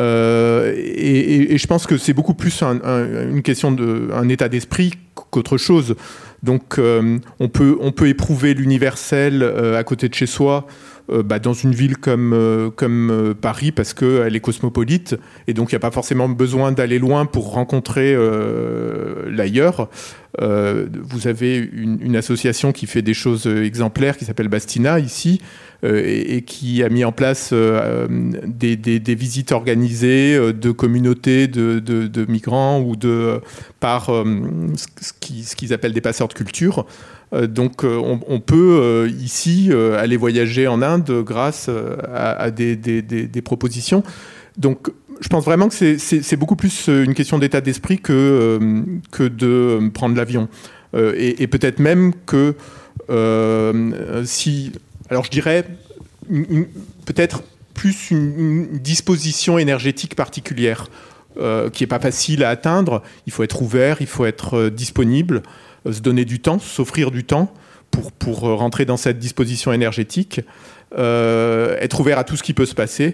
Et je pense que c'est beaucoup plus une question un état d'esprit qu'autre chose. Donc on peut éprouver l'universel à côté de chez soi, dans une ville comme Paris, parce qu'elle est cosmopolite, et donc il n'y a pas forcément besoin d'aller loin pour rencontrer l'ailleurs. Vous avez une association qui fait des choses exemplaires, qui s'appelle Bastina, ici, et qui a mis en place des visites organisées de communautés de migrants ou par ce qu'ils appellent des passeurs de culture. Donc on peut ici aller voyager en Inde grâce à des propositions. Donc je pense vraiment que c'est beaucoup plus une question d'état d'esprit que de prendre l'avion. Et peut-être même que si... Alors je dirais peut-être plus une disposition énergétique particulière qui n'est pas facile à atteindre. Il faut être ouvert, il faut être disponible, se donner du temps, s'offrir du temps pour rentrer dans cette disposition énergétique, être ouvert à tout ce qui peut se passer.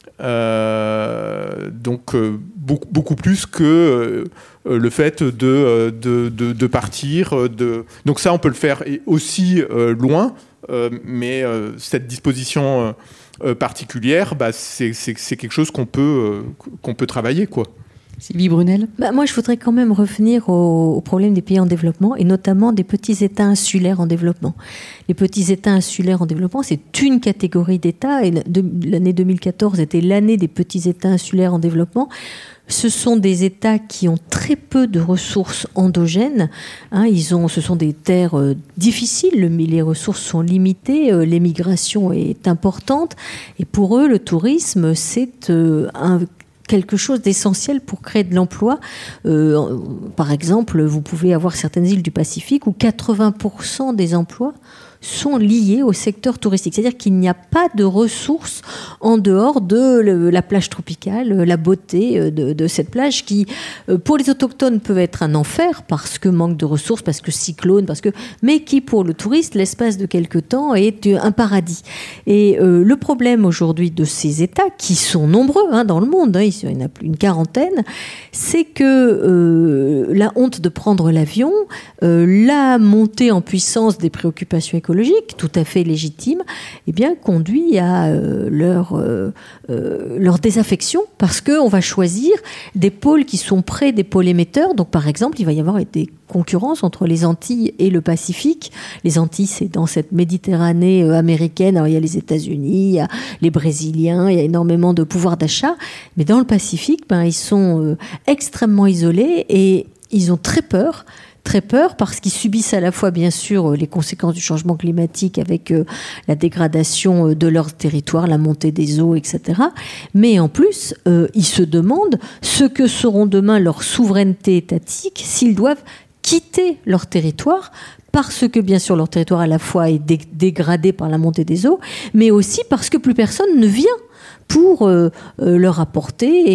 Donc beaucoup plus que le fait de partir. Donc ça, on peut le faire aussi loin, mais cette disposition particulière, c'est quelque chose qu'on peut travailler, quoi. Sylvie Brunel. Moi, je voudrais quand même revenir au problème des pays en développement et notamment des petits États insulaires en développement. Les petits États insulaires en développement, c'est une catégorie d'États et l'année 2014 était l'année des petits États insulaires en développement. Ce sont des États qui ont très peu de ressources endogènes. Ce sont des terres difficiles, les ressources sont limitées, l'émigration est importante. Et pour eux, le tourisme, c'est quelque chose d'essentiel pour créer de l'emploi. Par exemple, vous pouvez avoir certaines îles du Pacifique où 80% des emplois sont liés au secteur touristique. C'est-à-dire qu'il n'y a pas de ressources en dehors de la plage tropicale, la beauté de cette plage qui, pour les autochtones, peut être un enfer parce que manque de ressources, parce que cyclone, mais qui, pour le touriste, l'espace de quelques temps, est un paradis. Et le problème aujourd'hui de ces États, qui sont nombreux dans le monde, il y en a plus d'une quarantaine, c'est que la honte de prendre l'avion, la montée en puissance des préoccupations écologiques, tout à fait légitime, conduit à leur désaffection parce qu'on va choisir des pôles qui sont près des pôles émetteurs. Donc, par exemple, il va y avoir des concurrences entre les Antilles et le Pacifique. Les Antilles, c'est dans cette Méditerranée américaine. Alors, il y a les États-Unis, il y a les Brésiliens, il y a énormément de pouvoir d'achat. Mais dans le Pacifique, ils sont extrêmement isolés et ils ont très peur parce qu'ils subissent à la fois, bien sûr, les conséquences du changement climatique avec la dégradation de leur territoire, la montée des eaux, etc. Mais en plus, ils se demandent ce que seront demain leur souveraineté étatique s'ils doivent quitter leur territoire parce que, bien sûr, leur territoire à la fois est dégradé par la montée des eaux, mais aussi parce que plus personne ne vient pour leur apporter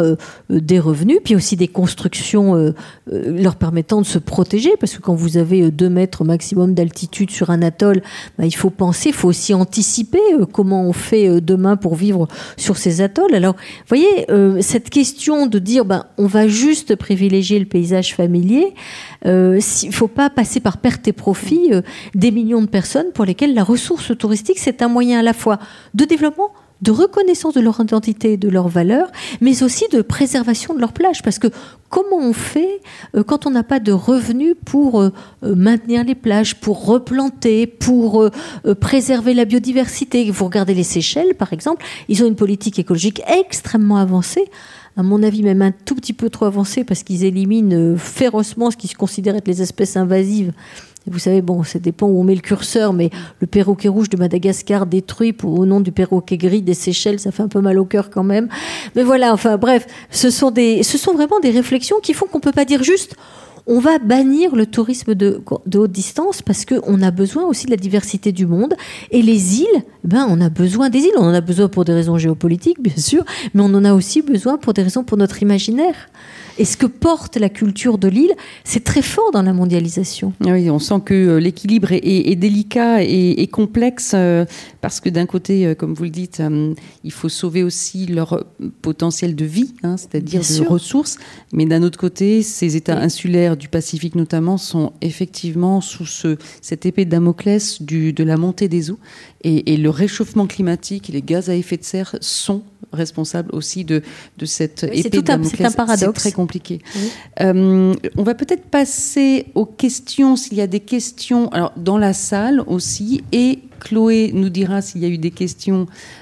des revenus, puis aussi des constructions leur permettant de se protéger, parce que quand vous avez 2 mètres maximum d'altitude sur un atoll, il faut penser, il faut aussi anticiper comment on fait demain pour vivre sur ces atolls. Alors, vous voyez, cette question de dire on va juste privilégier le paysage familier, il ne faut pas passer par perte et profit des millions de personnes pour lesquelles la ressource touristique, c'est un moyen à la fois de développement, de reconnaissance de leur identité et de leurs valeurs, mais aussi de préservation de leur plage. Parce que comment on fait quand on n'a pas de revenus pour maintenir les plages, pour replanter, pour préserver la biodiversité? Vous regardez les Seychelles, par exemple, ils ont une politique écologique extrêmement avancée, à mon avis même un tout petit peu trop avancée, parce qu'ils éliminent férocement ce qui se considère être les espèces invasives. Vous savez, ça dépend où on met le curseur, mais le perroquet rouge de Madagascar détruit au nom du perroquet gris des Seychelles, ça fait un peu mal au cœur quand même. Mais voilà, bref, ce sont vraiment des réflexions qui font qu'on ne peut pas dire juste on va bannir le tourisme de haute distance parce qu'on a besoin aussi de la diversité du monde. Et les îles, on a besoin des îles. On en a besoin pour des raisons géopolitiques, bien sûr, mais on en a aussi besoin pour des raisons pour notre imaginaire. Et ce que porte la culture de l'île, c'est très fort dans la mondialisation. Oui, on sent que l'équilibre est délicat et complexe parce que d'un côté, comme vous le dites, il faut sauver aussi leur potentiel de vie, c'est-à-dire de ressources. Mais d'un autre côté, ces États insulaires du Pacifique notamment sont effectivement sous cette épée de Damoclès de la montée des eaux. Et le réchauffement climatique et les gaz à effet de serre sont responsables aussi de cette épée de Damoclès. C'est un paradoxe. C'est très compliqué. Oui. On va peut-être passer aux questions, s'il y a des questions dans la salle aussi. Et Chloé nous dira s'il y a eu des questions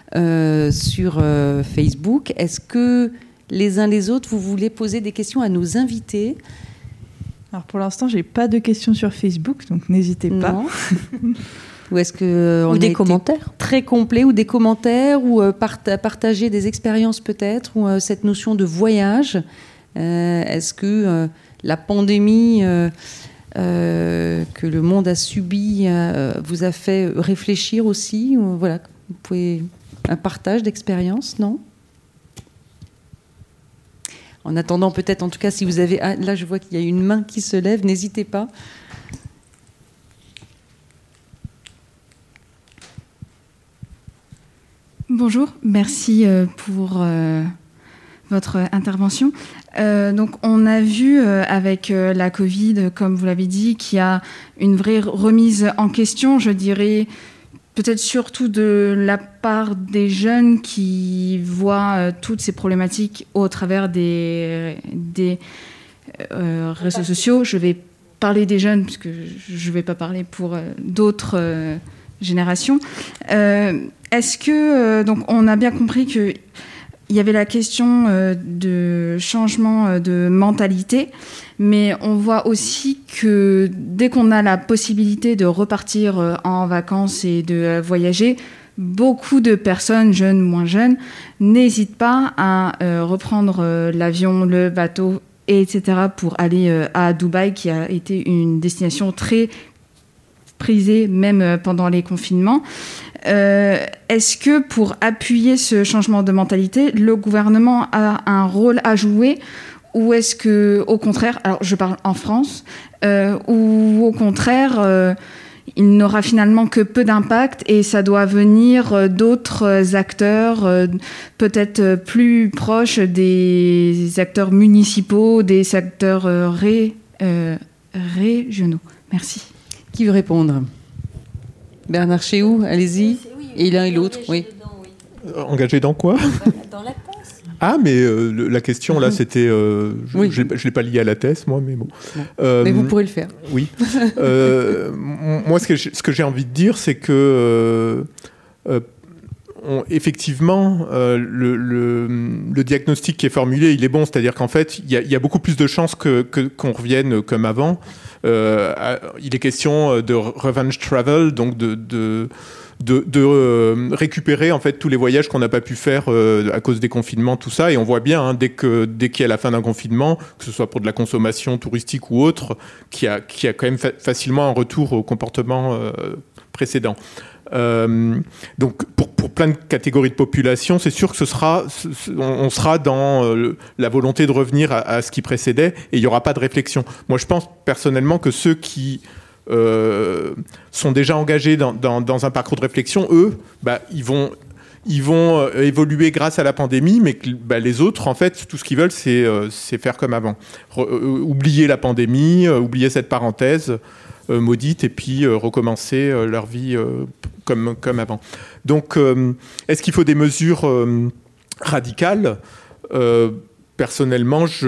sur Facebook. Est-ce que les uns les autres, vous voulez poser des questions à nos invités ? Alors pour l'instant, j'ai pas de questions sur Facebook, donc n'hésitez pas. Ou est-ce que ou des commentaires très complet, ou des commentaires, ou partager des expériences peut-être, ou cette notion de voyage. Est-ce que la pandémie que le monde a subie vous a fait réfléchir aussi, ou, voilà, vous pouvez un partage d'expérience, non ? En attendant, peut-être, en tout cas, si vous avez... Ah, là, je vois qu'il y a une main qui se lève, n'hésitez pas. Bonjour, merci pour votre intervention. Donc, on a vu avec la Covid, comme vous l'avez dit, qu'il y a une vraie remise en question, je dirais, peut-être surtout de la part des jeunes qui voient toutes ces problématiques au travers des réseaux sociaux. Je vais parler des jeunes, puisque je ne vais pas parler pour d'autres générations. Est-ce que, donc on a bien compris qu'il y avait la question de changement de mentalité, mais on voit aussi que dès qu'on a la possibilité de repartir en vacances et de voyager, beaucoup de personnes, jeunes, moins jeunes, n'hésitent pas à reprendre l'avion, le bateau, etc., pour aller à Dubaï, qui a été une destination très prisée, même pendant les confinements. Est-ce que pour appuyer ce changement de mentalité, le gouvernement a un rôle à jouer, ou est-ce que, au contraire, alors je parle en France, ou au contraire, il n'aura finalement que peu d'impact et ça doit venir d'autres acteurs, peut-être plus proches des acteurs municipaux, des acteurs régionaux. Merci. Qui veut répondre? Bernard Chéhoux, allez-y. Et l'un et l'autre, oui. Engagé dans quoi? Dans la thèse. Ah, mais la question, là, c'était... Oui. Je ne l'ai pas liée à la thèse, moi, mais bon. Mais vous pourrez le faire. Oui. Moi, ce que j'ai envie de dire, c'est que... effectivement, le diagnostic qui est formulé, il est bon. C'est-à-dire qu'en fait, il y a beaucoup plus de chances qu'on revienne comme avant. Il est question de revenge travel, donc de récupérer en fait tous les voyages qu'on n'a pas pu faire à cause des confinements, tout ça. Et on voit bien, dès qu'il y a la fin d'un confinement, que ce soit pour de la consommation touristique ou autre, qu'il y a quand même facilement un retour au comportement précédent. Donc pour plein de catégories de population, c'est sûr que on sera dans la volonté de revenir à ce qui précédait, et il n'y aura pas de réflexion. Moi, je pense personnellement que ceux qui sont déjà engagés dans un parcours de réflexion, eux, ils vont évoluer grâce à la pandémie, mais les autres, en fait, tout ce qu'ils veulent, c'est faire comme avant. Oublier la pandémie, oublier cette parenthèse maudite, et puis recommencer leur vie comme avant. Donc, est-ce qu'il faut des mesures radicales? Personnellement,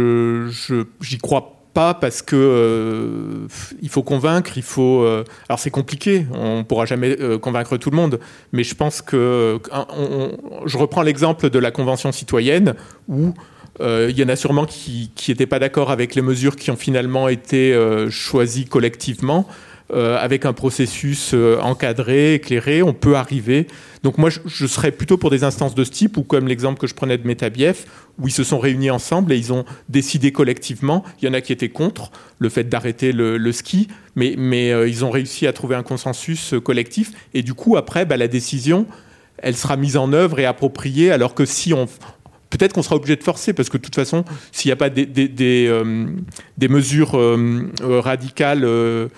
j'y crois pas, parce que il faut convaincre, alors c'est compliqué, on pourra jamais convaincre tout le monde, mais je pense que je reprends l'exemple de la Convention citoyenne, où il y en a sûrement qui n'étaient pas d'accord avec les mesures qui ont finalement été choisies collectivement. Avec un processus encadré, éclairé, on peut arriver. Donc moi, je serais plutôt pour des instances de ce type, ou comme l'exemple que je prenais de Metabief, où ils se sont réunis ensemble et ils ont décidé collectivement. Il y en a qui étaient contre le fait d'arrêter le ski, mais ils ont réussi à trouver un consensus collectif. Et du coup, après, la décision, elle sera mise en œuvre et appropriée, alors que si on... Peut-être qu'on sera obligé de forcer, parce que de toute façon, s'il n'y a pas des mesures radicales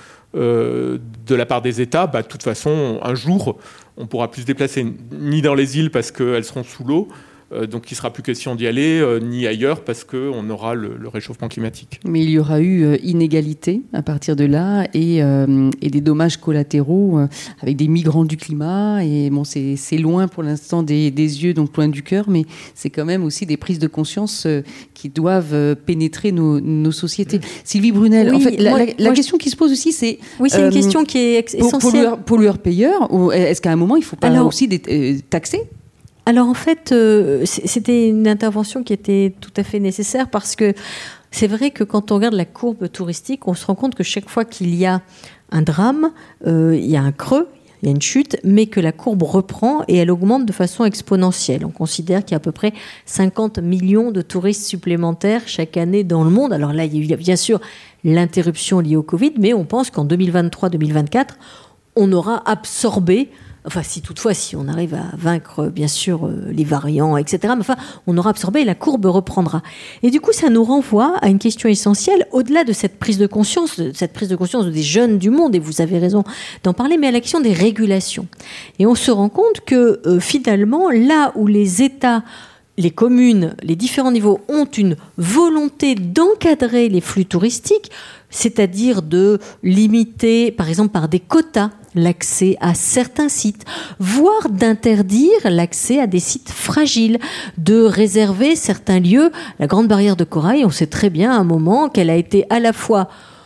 de la part des États, de toute façon, un jour, on ne pourra plus se déplacer ni dans les îles parce qu'elles seront sous l'eau, donc il ne sera plus question d'y aller, ni ailleurs, parce qu'on aura le réchauffement climatique. Mais il y aura eu inégalité à partir de là, et des dommages collatéraux avec des migrants du climat. Et bon, c'est loin pour l'instant des yeux, donc loin du cœur, mais c'est quand même aussi des prises de conscience qui doivent pénétrer nos sociétés. Sylvie Brunel, oui, en fait, la question qui se pose aussi, c'est... Oui, c'est une question qui est essentielle. Pollueur-payeur, ou est-ce qu'à un moment, il ne faut pas aussi taxer ? Alors en fait, c'était une intervention qui était tout à fait nécessaire, parce que c'est vrai que quand on regarde la courbe touristique, on se rend compte que chaque fois qu'il y a un drame, il y a un creux, il y a une chute, mais que la courbe reprend et elle augmente de façon exponentielle. On considère qu'il y a à peu près 50 millions de touristes supplémentaires chaque année dans le monde. Alors là, il y a bien sûr l'interruption liée au Covid, mais on pense qu'en 2023-2024, on aura absorbé... Enfin, si on arrive à vaincre, bien sûr, les variants, etc., mais enfin, on aura absorbé et la courbe reprendra. Et du coup, ça nous renvoie à une question essentielle, au-delà de cette prise de conscience des jeunes du monde, et vous avez raison d'en parler, mais à la question des régulations. Et on se rend compte que, finalement, là où les États, les communes, les différents niveaux ont une volonté d'encadrer les flux touristiques, c'est-à-dire de limiter, par exemple, par des quotas, l'accès à certains sites, voire d'interdire l'accès à des sites fragiles, de réserver certains lieux. La Grande Barrière de Corail, on sait très bien à un moment qu'elle a été à la fois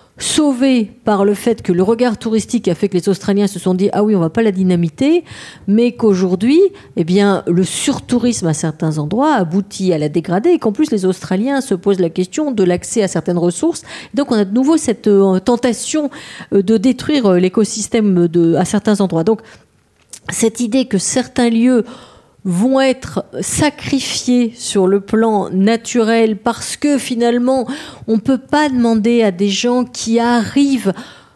sauvée par le fait que le regard touristique a fait que les Australiens se sont dit « Ah oui, on ne va pas la dynamiter », mais qu'aujourd'hui, eh bien, le surtourisme à certains endroits aboutit à la dégrader et qu'en plus, les Australiens se posent la question de l'accès à certaines ressources. Donc, on a de nouveau cette tentation de détruire l'écosystème à certains endroits. Donc, cette idée que certains lieux vont être sacrifiés sur le plan naturel parce que finalement on ne peut pas demander à des gens qui arrivent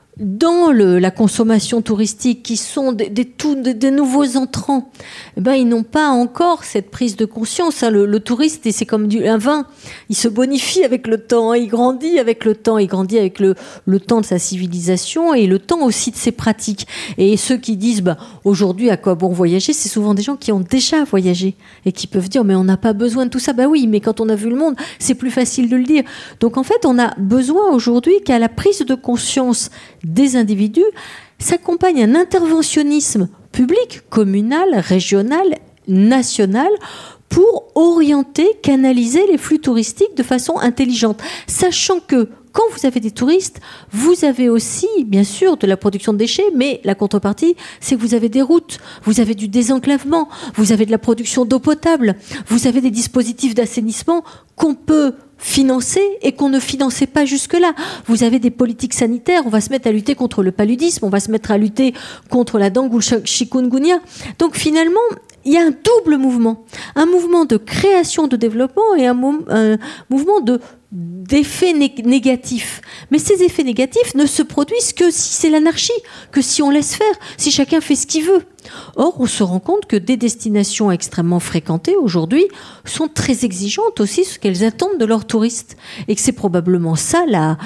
dans la consommation touristique, qui sont des nouveaux entrants, eh ben, ils n'ont pas encore cette prise de conscience. Le touriste, c'est comme un vin, il se bonifie avec le temps, il grandit avec le temps, il grandit avec le temps de sa civilisation et le temps aussi de ses pratiques. Et ceux qui disent aujourd'hui à quoi bon voyager, c'est souvent des gens qui ont déjà voyagé et qui peuvent dire mais on n'a pas besoin de tout ça. Oui, mais quand on a vu le monde, c'est plus facile de le dire. Donc en fait, on a besoin aujourd'hui qu'à la prise de conscience des individus s'accompagne un interventionnisme public, communal, régional, national, pour orienter, canaliser les flux touristiques de façon intelligente, sachant que quand vous avez des touristes, vous avez aussi, bien sûr, de la production de déchets, mais la contrepartie, c'est que vous avez des routes, vous avez du désenclavement, vous avez de la production d'eau potable, vous avez des dispositifs d'assainissement qu'on peut financer et qu'on ne finançait pas jusque-là. Vous avez des politiques sanitaires, on va se mettre à lutter contre le paludisme, on va se mettre à lutter contre la dengue ou le chikungunya. Donc finalement, il y a un double mouvement. Un mouvement de création de développement et un mouvement d'effets négatifs. Mais ces effets négatifs ne se produisent que si c'est l'anarchie, que si on laisse faire, si chacun fait ce qu'il veut. Or, on se rend compte que des destinations extrêmement fréquentées aujourd'hui sont très exigeantes aussi sur ce qu'elles attendent de leurs touristes. Et que c'est probablement ça,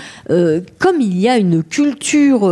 comme il y a une culture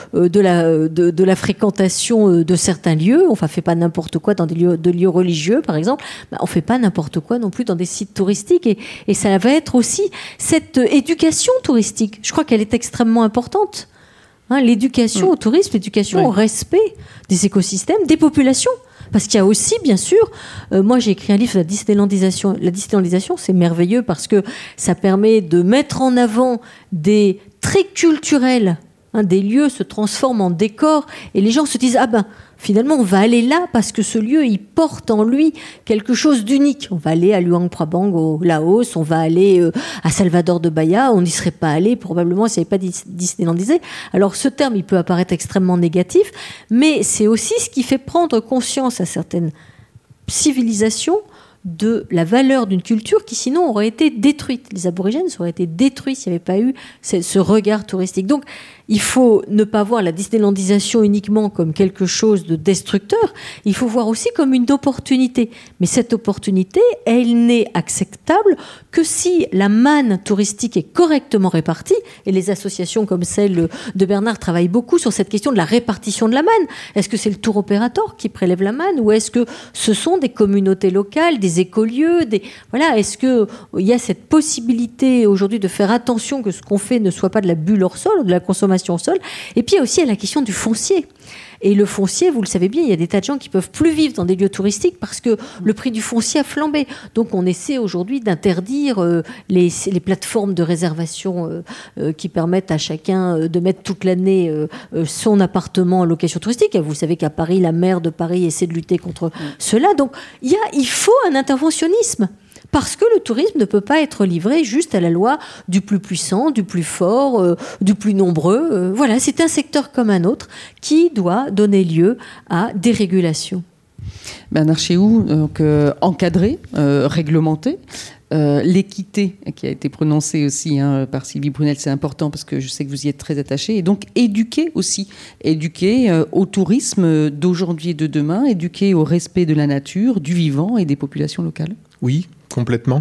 de la fréquentation de certains lieux, on ne fait pas n'importe quoi dans des lieux religieux, par exemple, on ne fait pas n'importe quoi non plus dans des sites touristiques. Et ça va être aussi cette éducation touristique. Je crois qu'elle est extrêmement importante. L'éducation au tourisme, l'éducation au respect des écosystèmes, des populations. Parce qu'il y a aussi, bien sûr, moi j'ai écrit un livre sur la Disneylandisation. La Disneylandisation, c'est merveilleux parce que ça permet de mettre en avant des traits culturels. Des lieux se transforment en décors et les gens se disent finalement on va aller là parce que ce lieu il porte en lui quelque chose d'unique. On va aller à Luang Prabang au Laos, on va aller à Salvador de Bahia, on n'y serait pas allé probablement s'il n'y avait pas Disneylandisé. Alors ce terme il peut apparaître extrêmement négatif, mais c'est aussi ce qui fait prendre conscience à certaines civilisations de la valeur d'une culture qui sinon aurait été détruite. Les aborigènes auraient été détruits s'il n'y avait pas eu ce regard touristique. Donc il faut ne pas voir la Disneylandisation uniquement comme quelque chose de destructeur, il faut voir aussi comme une opportunité. Mais cette opportunité, elle n'est acceptable que si la manne touristique est correctement répartie, et les associations comme celle de Bernard travaillent beaucoup sur cette question de la répartition de la manne. Est-ce que c'est le tour opérateur qui prélève la manne ou est-ce que ce sont des communautés locales, des écolieux, est-ce qu'il y a cette possibilité aujourd'hui de faire attention que ce qu'on fait ne soit pas de la bulle hors sol ou de la consommation au sol. Et puis il y a aussi la question du foncier. Et le foncier, vous le savez bien, il y a des tas de gens qui peuvent plus vivre dans des lieux touristiques parce que le prix du foncier a flambé. Donc on essaie aujourd'hui d'interdire les plateformes de réservation qui permettent à chacun de mettre toute l'année son appartement en location touristique. Vous savez qu'à Paris, la maire de Paris essaie de lutter contre cela. Donc il faut un interventionnisme. Parce que le tourisme ne peut pas être livré juste à la loi du plus puissant, du plus fort, du plus nombreux. C'est un secteur comme un autre qui doit donner lieu à des régulations. Bernard Chéhoux, donc encadré, réglementé. L'équité qui a été prononcée aussi par Sylvie Brunel, c'est important parce que je sais que vous y êtes très attaché. Et donc éduquer aussi, au tourisme d'aujourd'hui et de demain, éduquer au respect de la nature, du vivant et des populations locales. Oui, complètement.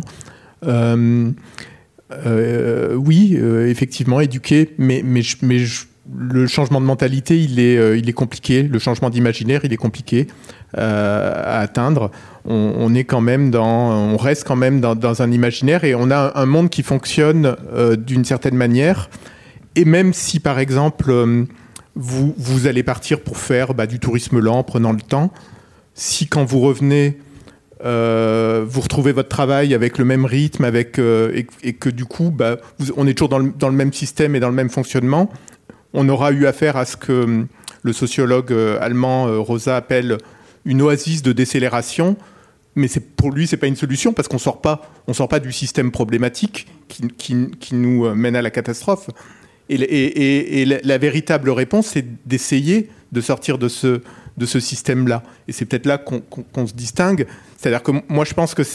Effectivement, éduquer, mais le changement de mentalité, il est compliqué. Le changement d'imaginaire, il est compliqué à atteindre. On reste quand même dans un imaginaire et on a un monde qui fonctionne d'une certaine manière. Et même si, par exemple, vous allez partir pour faire du tourisme lent, prenant le temps. Si quand vous revenez, vous retrouvez votre travail avec le même rythme, et que du coup, on est toujours dans le même système et dans le même fonctionnement, on aura eu affaire à ce que le sociologue allemand Rosa appelle une oasis de décélération. Mais pour lui, c'est pas une solution parce qu'on sort pas du système problématique qui nous mène à la catastrophe. Et la véritable réponse, c'est d'essayer de sortir de ce système-là. Et c'est peut-être là qu'on se distingue. C'est-à-dire que moi, je pense que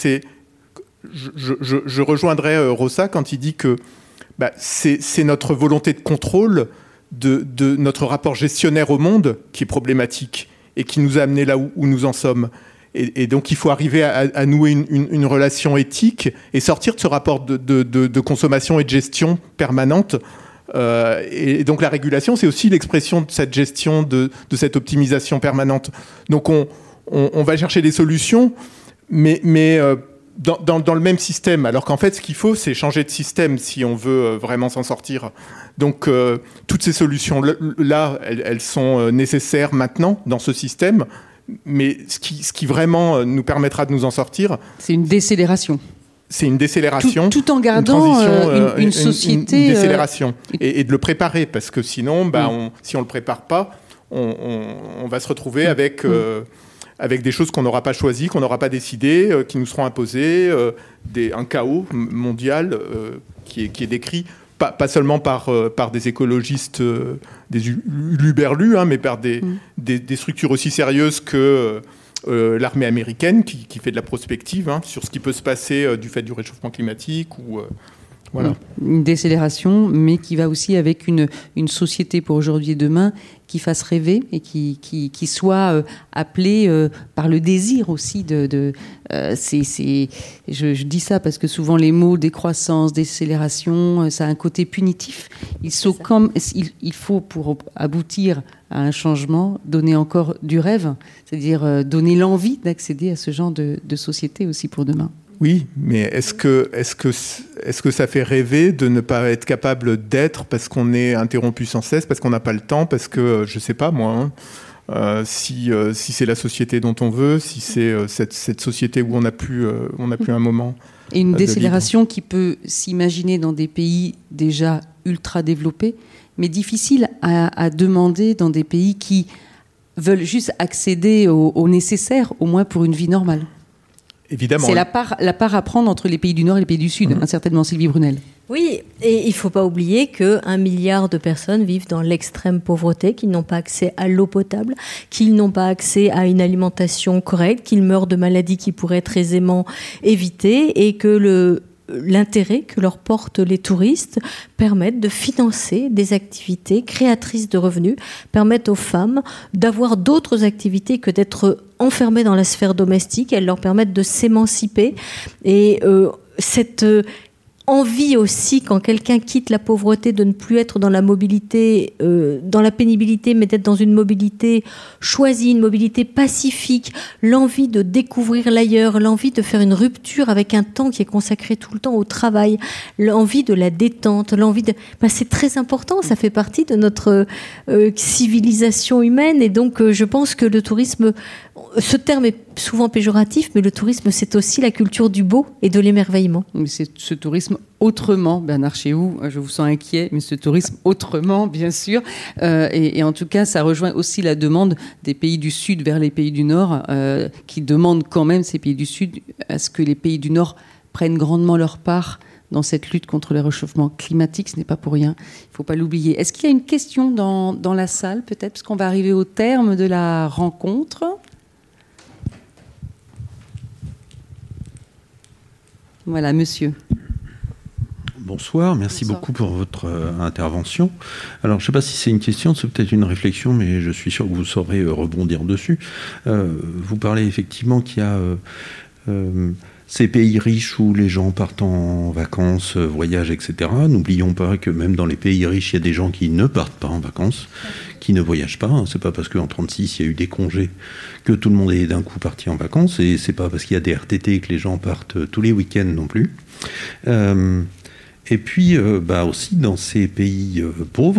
je rejoindrais Rosa quand il dit que c'est notre volonté de contrôle de notre rapport gestionnaire au monde qui est problématique et qui nous a amenés là où nous en sommes. Et donc, il faut arriver à nouer une relation éthique et sortir de ce rapport de consommation et de gestion permanente. Et donc, la régulation, c'est aussi l'expression de cette gestion, de cette optimisation permanente. Donc, on va chercher des solutions, mais dans le même système. Alors qu'en fait, ce qu'il faut, c'est changer de système si on veut vraiment s'en sortir. Donc, toutes ces solutions-là, elles sont nécessaires maintenant dans ce système. Mais ce qui vraiment nous permettra de nous en sortir... C'est une décélération. C'est une décélération. Tout en gardant une société... Une décélération. Et de le préparer, parce que sinon, si on ne le prépare pas, on va se retrouver avec des choses qu'on n'aura pas choisies, qu'on n'aura pas décidées, qui nous seront imposées, un chaos mondial qui est décrit... Pas seulement par des écologistes, des uluberlus, mais par des structures aussi sérieuses que l'armée américaine qui fait de la prospective sur ce qui peut se passer du fait du réchauffement climatique. Voilà. Une décélération, mais qui va aussi avec une société pour aujourd'hui et demain qui fasse rêver et qui soit appelée par le désir aussi je dis ça parce que souvent les mots décroissance, décélération, ça a un côté punitif. Il faut pour aboutir à un changement donner encore du rêve, c'est-à-dire donner l'envie d'accéder à ce genre de société aussi pour demain. Oui, mais est-ce que ça fait rêver de ne pas être capable d'être parce qu'on est interrompu sans cesse, parce qu'on n'a pas le temps, parce que, je ne sais pas moi, si c'est la société dont on veut, si c'est cette société où on n'a plus un moment. Et une décélération qui peut s'imaginer dans des pays déjà ultra développés, mais difficile à demander dans des pays qui veulent juste accéder au nécessaire, au moins pour une vie normale. Évidemment. C'est la part à prendre entre les pays du Nord et les pays du Sud, certainement, Sylvie Brunel. Oui, et il ne faut pas oublier qu'1 milliard de personnes vivent dans l'extrême pauvreté, qu'ils n'ont pas accès à l'eau potable, qu'ils n'ont pas accès à une alimentation correcte, qu'ils meurent de maladies qui pourraient être aisément évitées, et que l'intérêt que leur portent les touristes permettent de financer des activités créatrices de revenus, permettent aux femmes d'avoir d'autres activités que d'être enfermées dans la sphère domestique. Elles leur permettent de s'émanciper. Et cette envie aussi, quand quelqu'un quitte la pauvreté, de ne plus être dans la mobilité, dans la pénibilité, mais d'être dans une mobilité choisie, une mobilité pacifique, l'envie de découvrir l'ailleurs, l'envie de faire une rupture avec un temps qui est consacré tout le temps au travail, l'envie de la détente, l'envie de... c'est très important, ça fait partie de notre civilisation humaine, et donc je pense que le tourisme... Ce terme est souvent péjoratif, mais le tourisme, c'est aussi la culture du beau et de l'émerveillement. Mais c'est ce tourisme autrement, Bernard Chéhoux, je vous sens inquiet, mais ce tourisme autrement, bien sûr. Et en tout cas, ça rejoint aussi la demande des pays du Sud vers les pays du Nord, qui demandent quand même, ces pays du Sud, à ce que les pays du Nord prennent grandement leur part dans cette lutte contre le réchauffement climatique. Ce n'est pas pour rien, il ne faut pas l'oublier. Est-ce qu'il y a une question dans la salle, peut-être, parce qu'on va arriver au terme de la rencontre ? Voilà, monsieur. Bonsoir, merci beaucoup pour votre intervention. Alors, je ne sais pas si c'est une question, c'est peut-être une réflexion, mais je suis sûr que vous saurez rebondir dessus. Vous parlez effectivement qu'il y a ces pays riches où les gens partent en vacances, voyagent, etc. N'oublions pas que même dans les pays riches, il y a des gens qui ne partent pas en vacances, qui ne voyagent pas. C'est pas parce qu'en 1936, il y a eu des congés que tout le monde est d'un coup parti en vacances. Et c'est pas parce qu'il y a des RTT que les gens partent tous les week-ends non plus. Et puis, aussi, dans ces pays pauvres,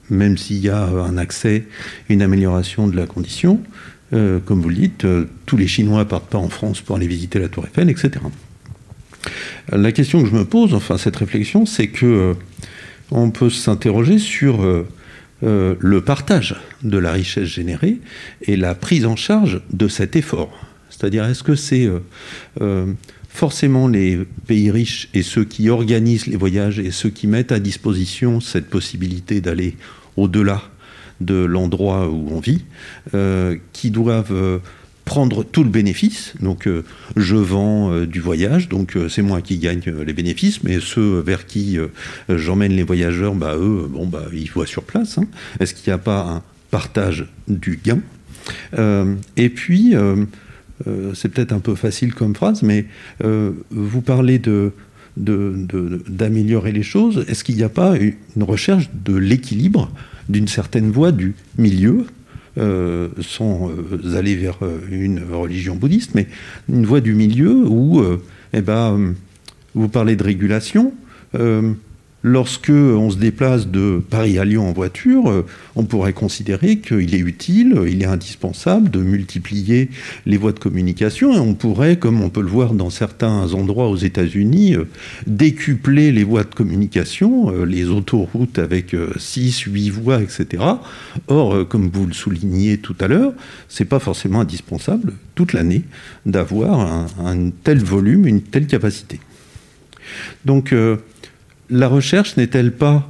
même s'il y a un accès, une amélioration de la condition, comme vous le dites, tous les Chinois ne partent pas en France pour aller visiter la Tour Eiffel, etc. La question que je me pose, enfin cette réflexion, c'est que on peut s'interroger sur le partage de la richesse générée et la prise en charge de cet effort. C'est-à-dire, est-ce que c'est forcément les pays riches et ceux qui organisent les voyages et ceux qui mettent à disposition cette possibilité d'aller au-delà de l'endroit où on vit, qui doivent prendre tout le bénéfice. Donc je vends du voyage, donc c'est moi qui gagne les bénéfices, mais ceux vers qui j'emmène les voyageurs, eux, ils voient sur place. Hein. Est-ce qu'il n'y a pas un partage du gain ? Et puis, c'est peut-être un peu facile comme phrase, mais vous parlez d'améliorer les choses. Est-ce qu'il n'y a pas une recherche de l'équilibre d'une certaine voie du milieu, sans aller vers une religion bouddhiste, mais une voie du milieu où, vous parlez de régulation. Lorsque on se déplace de Paris à Lyon en voiture, on pourrait considérer qu'il est utile, il est indispensable de multiplier les voies de communication, et on pourrait, comme on peut le voir dans certains endroits aux États-Unis, décupler les voies de communication, les autoroutes avec 6, 8 voies, etc. Or, comme vous le souligniez tout à l'heure, c'est pas forcément indispensable toute l'année d'avoir un tel volume, une telle capacité. Donc, la recherche n'est-elle pas,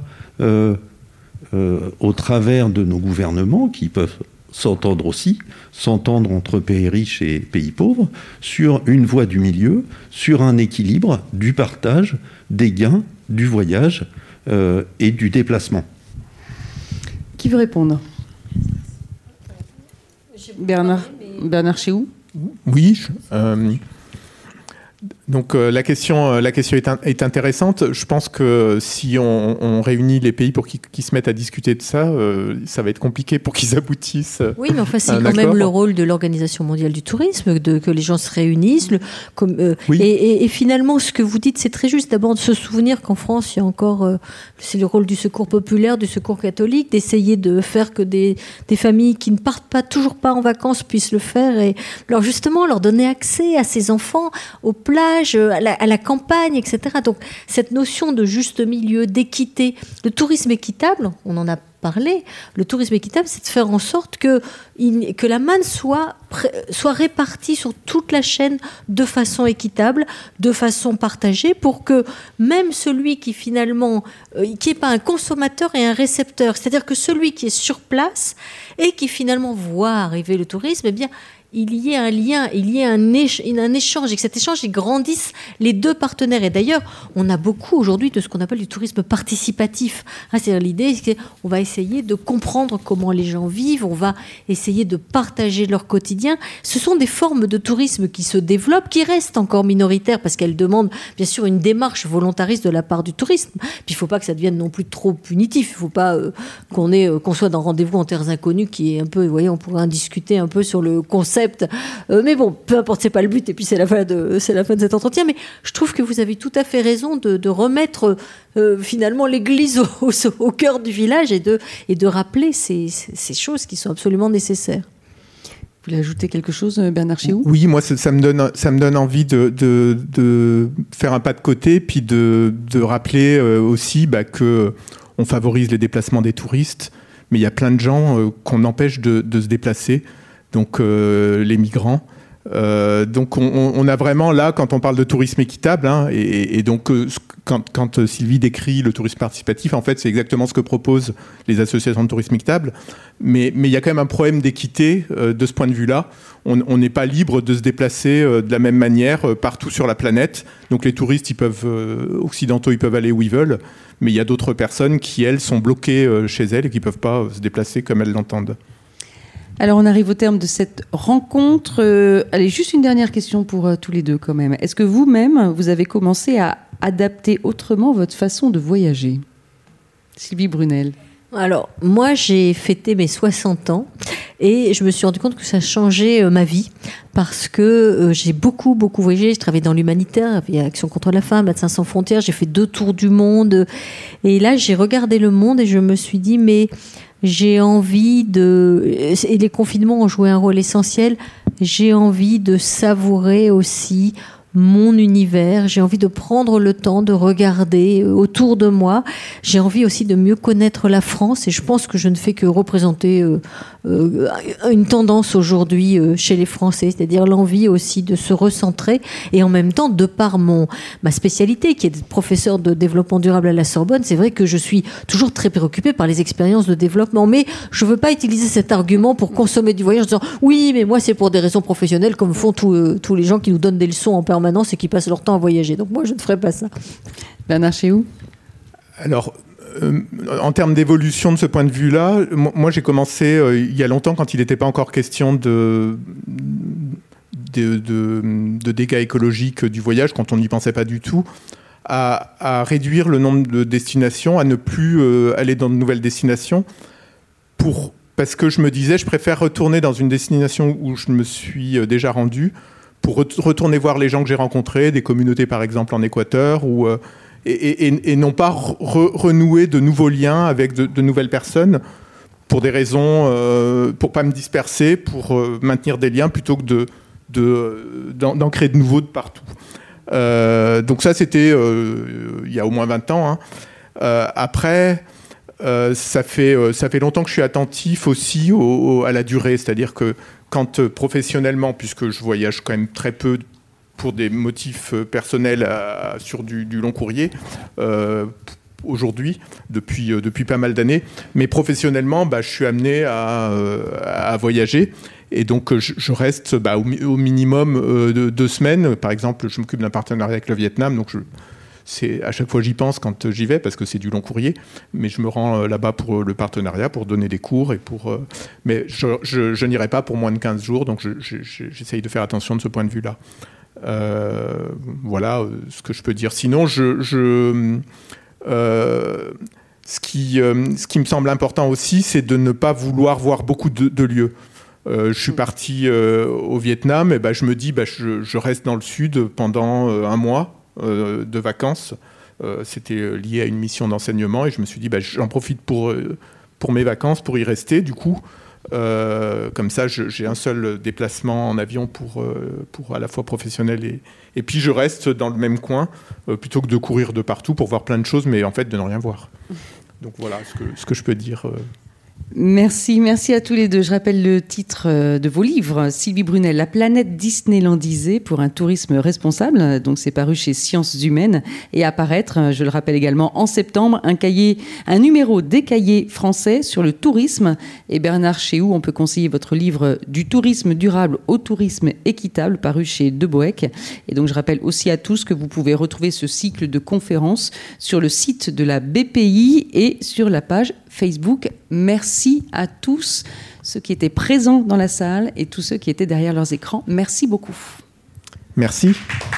au travers de nos gouvernements, qui peuvent s'entendre entre pays riches et pays pauvres, sur une voie du milieu, sur un équilibre du partage, des gains, du voyage et du déplacement ? Qui veut répondre ? Bernard Chéhoux ? Oui. Donc la question est intéressante. Je pense que si on réunit les pays pour qu'ils se mettent à discuter de ça, ça va être compliqué pour qu'ils aboutissent. Oui, mais enfin c'est quand même le rôle de l'Organisation mondiale du tourisme, que les gens se réunissent. Oui. Et finalement, ce que vous dites, c'est très juste. D'abord, de se souvenir qu'en France, il y a encore, c'est le rôle du secours populaire, du secours catholique, d'essayer de faire que des familles qui ne partent toujours pas en vacances puissent le faire. Et alors justement, leur donner accès à ces enfants aux plages, à la campagne, etc. Donc cette notion de juste milieu, d'équité, de tourisme équitable, on en a parlé, le tourisme équitable, c'est de faire en sorte que la manne soit répartie sur toute la chaîne de façon équitable, de façon partagée, pour que même celui qui finalement, qui n'est pas un consommateur et un récepteur, c'est-à-dire que celui qui est sur place et qui finalement voit arriver le tourisme, eh bien, il y ait un lien, il y ait un échange, et que cet échange, il grandisse les deux partenaires. Et d'ailleurs, on a beaucoup aujourd'hui de ce qu'on appelle du tourisme participatif. C'est-à-dire l'idée, c'est qu'on va essayer de comprendre comment les gens vivent, on va essayer de partager leur quotidien. Ce sont des formes de tourisme qui se développent, qui restent encore minoritaires, parce qu'elles demandent bien sûr une démarche volontariste de la part du tourisme. Puis il ne faut pas que ça devienne non plus trop punitif. Il ne faut pas qu'on soit dans Rendez-vous en terres inconnues, qui est un peu, vous voyez, on pourrait en discuter un peu sur le concept. Mais bon, peu importe, c'est pas le but, et puis c'est la fin de cet entretien. Mais je trouve que vous avez tout à fait raison de remettre finalement l'église au cœur du village et de rappeler ces choses qui sont absolument nécessaires. Vous voulez ajouter quelque chose, Bernard Chéhoux ? Oui, moi ça me donne envie de faire un pas de côté, puis de rappeler aussi que on favorise les déplacements des touristes, mais il y a plein de gens qu'on empêche de se déplacer. Donc les migrants. Donc on a vraiment là, quand on parle de tourisme équitable, et donc quand Sylvie décrit le tourisme participatif, en fait c'est exactement ce que proposent les associations de tourisme équitable, mais il y a quand même un problème d'équité de ce point de vue-là. On n'est pas libre de se déplacer de la même manière partout sur la planète. Donc les touristes occidentaux, ils peuvent aller où ils veulent, mais il y a d'autres personnes qui, elles, sont bloquées chez elles et qui ne peuvent pas se déplacer comme elles l'entendent. Alors, on arrive au terme de cette rencontre. Allez, juste une dernière question pour tous les deux quand même. Est-ce que vous-même, vous avez commencé à adapter autrement votre façon de voyager ? Sylvie Brunel. Alors, moi, j'ai fêté mes 60 ans Et je me suis rendu compte que ça changeait ma vie parce que j'ai beaucoup voyagé. Je travaillais dans l'humanitaire, il y a Action contre la faim, Médecins sans frontières. J'ai fait 2 tours du monde. Et là, j'ai regardé le monde et je me suis dit, mais j'ai envie et les confinements ont joué un rôle essentiel, j'ai envie de savourer aussi mon univers, j'ai envie de prendre le temps de regarder autour de moi, j'ai envie aussi de mieux connaître la France et je pense que je ne fais que représenter une tendance aujourd'hui chez les Français, c'est-à-dire l'envie aussi de se recentrer et en même temps, de par ma spécialité qui est de professeur de développement durable à la Sorbonne, c'est vrai que je suis toujours très préoccupée par les expériences de développement, mais je ne veux pas utiliser cet argument pour consommer du voyage en disant oui, mais moi c'est pour des raisons professionnelles comme font tous les gens qui nous donnent des leçons en permanence et qui passent leur temps à voyager. Donc moi, je ne ferai pas ça. Bernard Chéoux ? Alors, en termes d'évolution de ce point de vue-là, moi j'ai commencé il y a longtemps, quand il n'était pas encore question de dégâts écologiques du voyage, quand on n'y pensait pas du tout, à réduire le nombre de destinations, à ne plus aller dans de nouvelles destinations, parce que je me disais, je préfère retourner dans une destination où je me suis déjà rendu, pour retourner voir les gens que j'ai rencontrés, des communautés par exemple en Équateur, et non pas renouer de nouveaux liens avec de nouvelles personnes pour des raisons, pour pas me disperser, pour maintenir des liens plutôt que d'en créer de nouveaux de partout. Donc ça c'était il y a au moins 20 ans. Après, ça fait longtemps que je suis attentif aussi à la durée, c'est-à-dire que quand professionnellement, puisque je voyage quand même très peu pour des motifs personnels sur du long courrier, aujourd'hui, depuis pas mal d'années, mais professionnellement, je suis amené à voyager. Et donc, je reste au minimum 2 semaines. Par exemple, je m'occupe d'un partenariat avec le Vietnam, donc à chaque fois j'y pense quand j'y vais parce que c'est du long courrier, mais je me rends là-bas pour le partenariat, pour donner des cours mais je n'irai pas pour moins de 15 jours, donc j'essaye de faire attention de ce point de vue-là. Voilà ce que je peux dire. Sinon, ce qui me semble important aussi, c'est de ne pas vouloir voir beaucoup de lieux. Je suis parti au Vietnam, et je me dis je reste dans le sud pendant 1 mois de vacances. C'était lié à une mission d'enseignement et je me suis dit j'en profite pour mes vacances, pour y rester du coup. Comme ça j'ai un seul déplacement en avion pour à la fois professionnel et puis je reste dans le même coin plutôt que de courir de partout pour voir plein de choses mais en fait de ne rien voir. Donc voilà ce que je peux dire. Merci à tous les deux. Je rappelle le titre de vos livres. Sylvie Brunel, La planète disneylandisée pour un tourisme responsable. Donc c'est paru chez Sciences Humaines et à paraître, je le rappelle également, en septembre, un numéro des cahiers français sur le tourisme. Et Bernard Chéoux, on peut conseiller votre livre Du tourisme durable au tourisme équitable, paru chez De Boeck. Et donc je rappelle aussi à tous que vous pouvez retrouver ce cycle de conférences sur le site de la BPI et sur la page Facebook. Merci à tous ceux qui étaient présents dans la salle et tous ceux qui étaient derrière leurs écrans. Merci beaucoup. Merci.